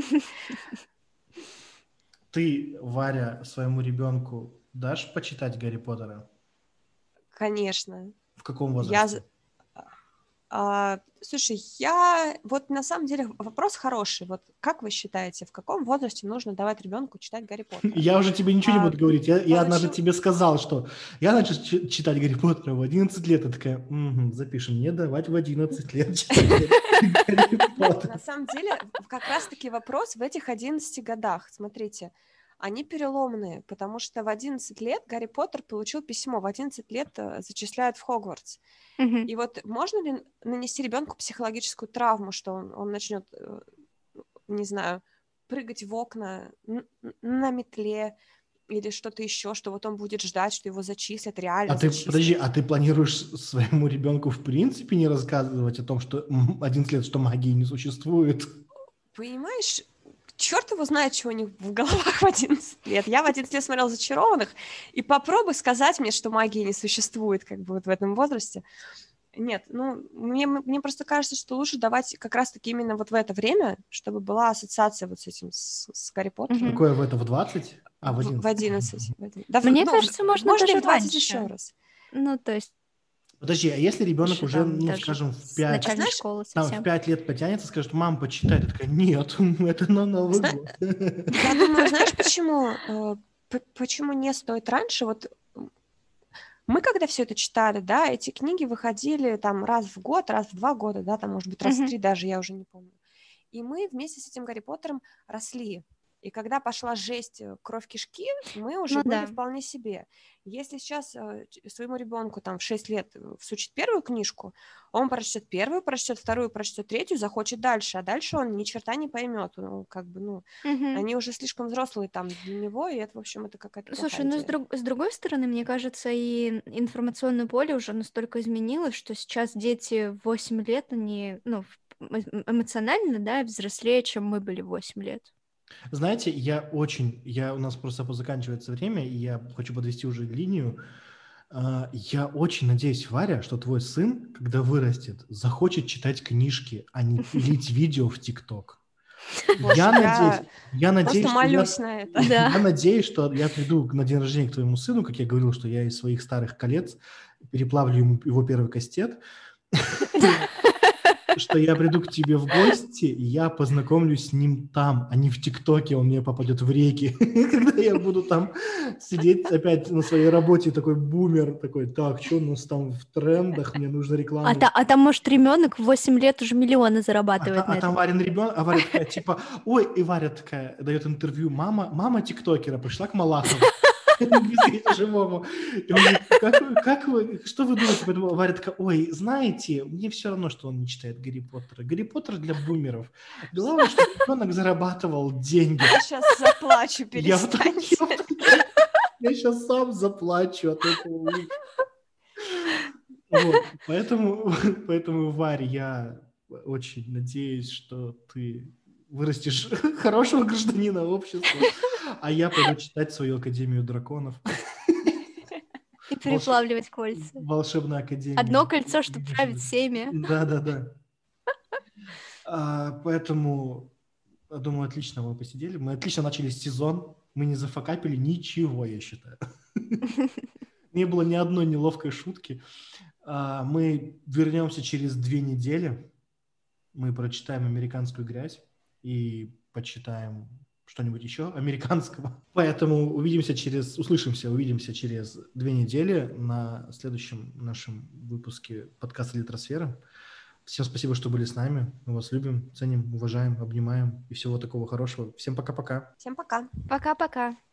Ты, Варя, своему ребенку дашь почитать Гарри Поттера? Конечно. В каком Я... возрасте? з- а, слушай, я... Вот на самом деле вопрос хороший. Вот как вы считаете, в каком возрасте нужно давать ребенку читать Гарри Поттера? Я уже тебе ничего не А, буду говорить. Я, я однажды получил... тебе сказал, что я начал чи- читать Гарри Поттера в одиннадцать лет. Я такая, «Мгм, запишем, не давать в одиннадцать лет читать Гарри Гарри На Поттера». самом деле, в- как раз-таки вопрос в этих одиннадцати годах. Смотрите, они переломные, потому что в одиннадцать лет Гарри Поттер получил письмо, в одиннадцать лет э, зачисляют в Хогвартс. Мгм. И вот можно ли нанести ребенку психологическую травму, что он, он начнет, э, не знаю, прыгать в окна н- н- на метле или что-то еще, что вот он будет ждать, что его зачислят, реально А ты, подожди, зачислят. а ты планируешь своему ребенку в принципе не рассказывать о том, что м, одиннадцать лет, что магии не существует? Понимаешь, черт его знает, что у них в головах в одиннадцать лет. Я в одиннадцать лет смотрела «Зачарованных», и попробуй сказать мне, что магии не существует как бы вот в этом возрасте. Нет, ну, мне, мне просто кажется, что лучше давать как раз-таки именно вот в это время, чтобы была ассоциация вот с этим, с, с Гарри Поттером. Мгм. Какое в это, в двадцать? А, в В, в одиннадцать. одиннадцать. В один- Да, в- Мне ну, в- кажется, можно можно и даже в двадцать еще раньше. раз. Ну, то есть Подожди, а если ребенок еще уже, там ну, даже скажем, в с А пять, начальной знаешь, школы там, в совсем. пять лет потянется, скажет, мам, почитай. Ты такая, нет, это на Новый зна- год. я думаю, знаешь, почему, э, п- почему не стоит раньше? Вот мы когда все это читали, да, эти книги выходили там раз в год, раз в два года, да, там, может быть, раз в Мгм. три даже, я уже не помню. И мы вместе с этим Гарри Поттером росли. И когда пошла жесть, э, кровь кишки, мы уже Ну были да. вполне себе. Если сейчас э, ч- своему ребенку там в шесть лет э, всучить первую книжку, он прочтет первую, прочтет вторую, прочтет третью, захочет дальше, а дальше он ни черта не поймет. Ну, как бы, ну, Мгм. они уже слишком взрослые там для него, и это, в общем, это какая-то Слушай, плохая ну с, идея. друг- с другой стороны, мне кажется, и информационное поле уже настолько изменилось, что сейчас дети в восемь лет, они, ну, в- эм- эмоционально, да, взрослее, чем мы были в восемь лет. Знаете, я очень, я, у нас просто заканчивается время, и я хочу подвести уже линию. А, Я очень надеюсь, Варя, что твой сын, когда вырастет, захочет читать книжки, а не пилить видео в ТикТок. Боже, Я надеюсь, я я надеюсь, просто что я, молюсь на это. Да. я надеюсь, что я приду на день рождения к твоему сыну, как я говорил, что я из своих старых колец переплавлю ему его первый кастет, что я приду к тебе в гости, и я познакомлюсь с ним там, а не в ТикТоке, он мне попадет в реки. Когда я буду там сидеть опять на своей работе, такой бумер, такой, так, что у нас там в трендах, мне нужно А, рекламу. та- а там, может, ребенок в восемь лет уже миллионы А, зарабатывает та- на а там этом. Варин ребенок, а Варя такая, типа, ой, и Варя такая дает интервью, мама, мама тиктокера пришла к Малахову, к живому. И он говорит, как, вы- как вы, что вы думаете? Поэтому Варя такая, ой, знаете, мне все равно, что он не читает Гарри Поттера. Гарри Поттер для бумеров. Главное, чтобы ребенок зарабатывал деньги. Я сейчас заплачу, Я, в том- перестаньте. я, в том- я сейчас сам заплачу от этого. Вот, поэтому, поэтому, Варь, я очень надеюсь, что ты вырастешь хорошего гражданина общества, а я пойду читать свою Академию драконов. И Волшеб- переплавливать кольца. Волшебная Академия. Одно кольцо, чтобы править всеми. Да, да, да. А, поэтому, я думаю, отлично мы посидели. Мы отлично начали сезон. Мы не зафакапили ничего, я считаю. Не было ни одной неловкой шутки. А, мы вернемся через две недели. Мы прочитаем «Американскую грязь» и почитаем что-нибудь еще американского. Поэтому увидимся через, услышимся, увидимся через две недели на следующем нашем выпуске подкаста «Литросфера». Всем спасибо, что были с нами. Мы вас любим, ценим, уважаем, обнимаем и всего такого хорошего. Всем пока-пока. Всем пока. Пока-пока.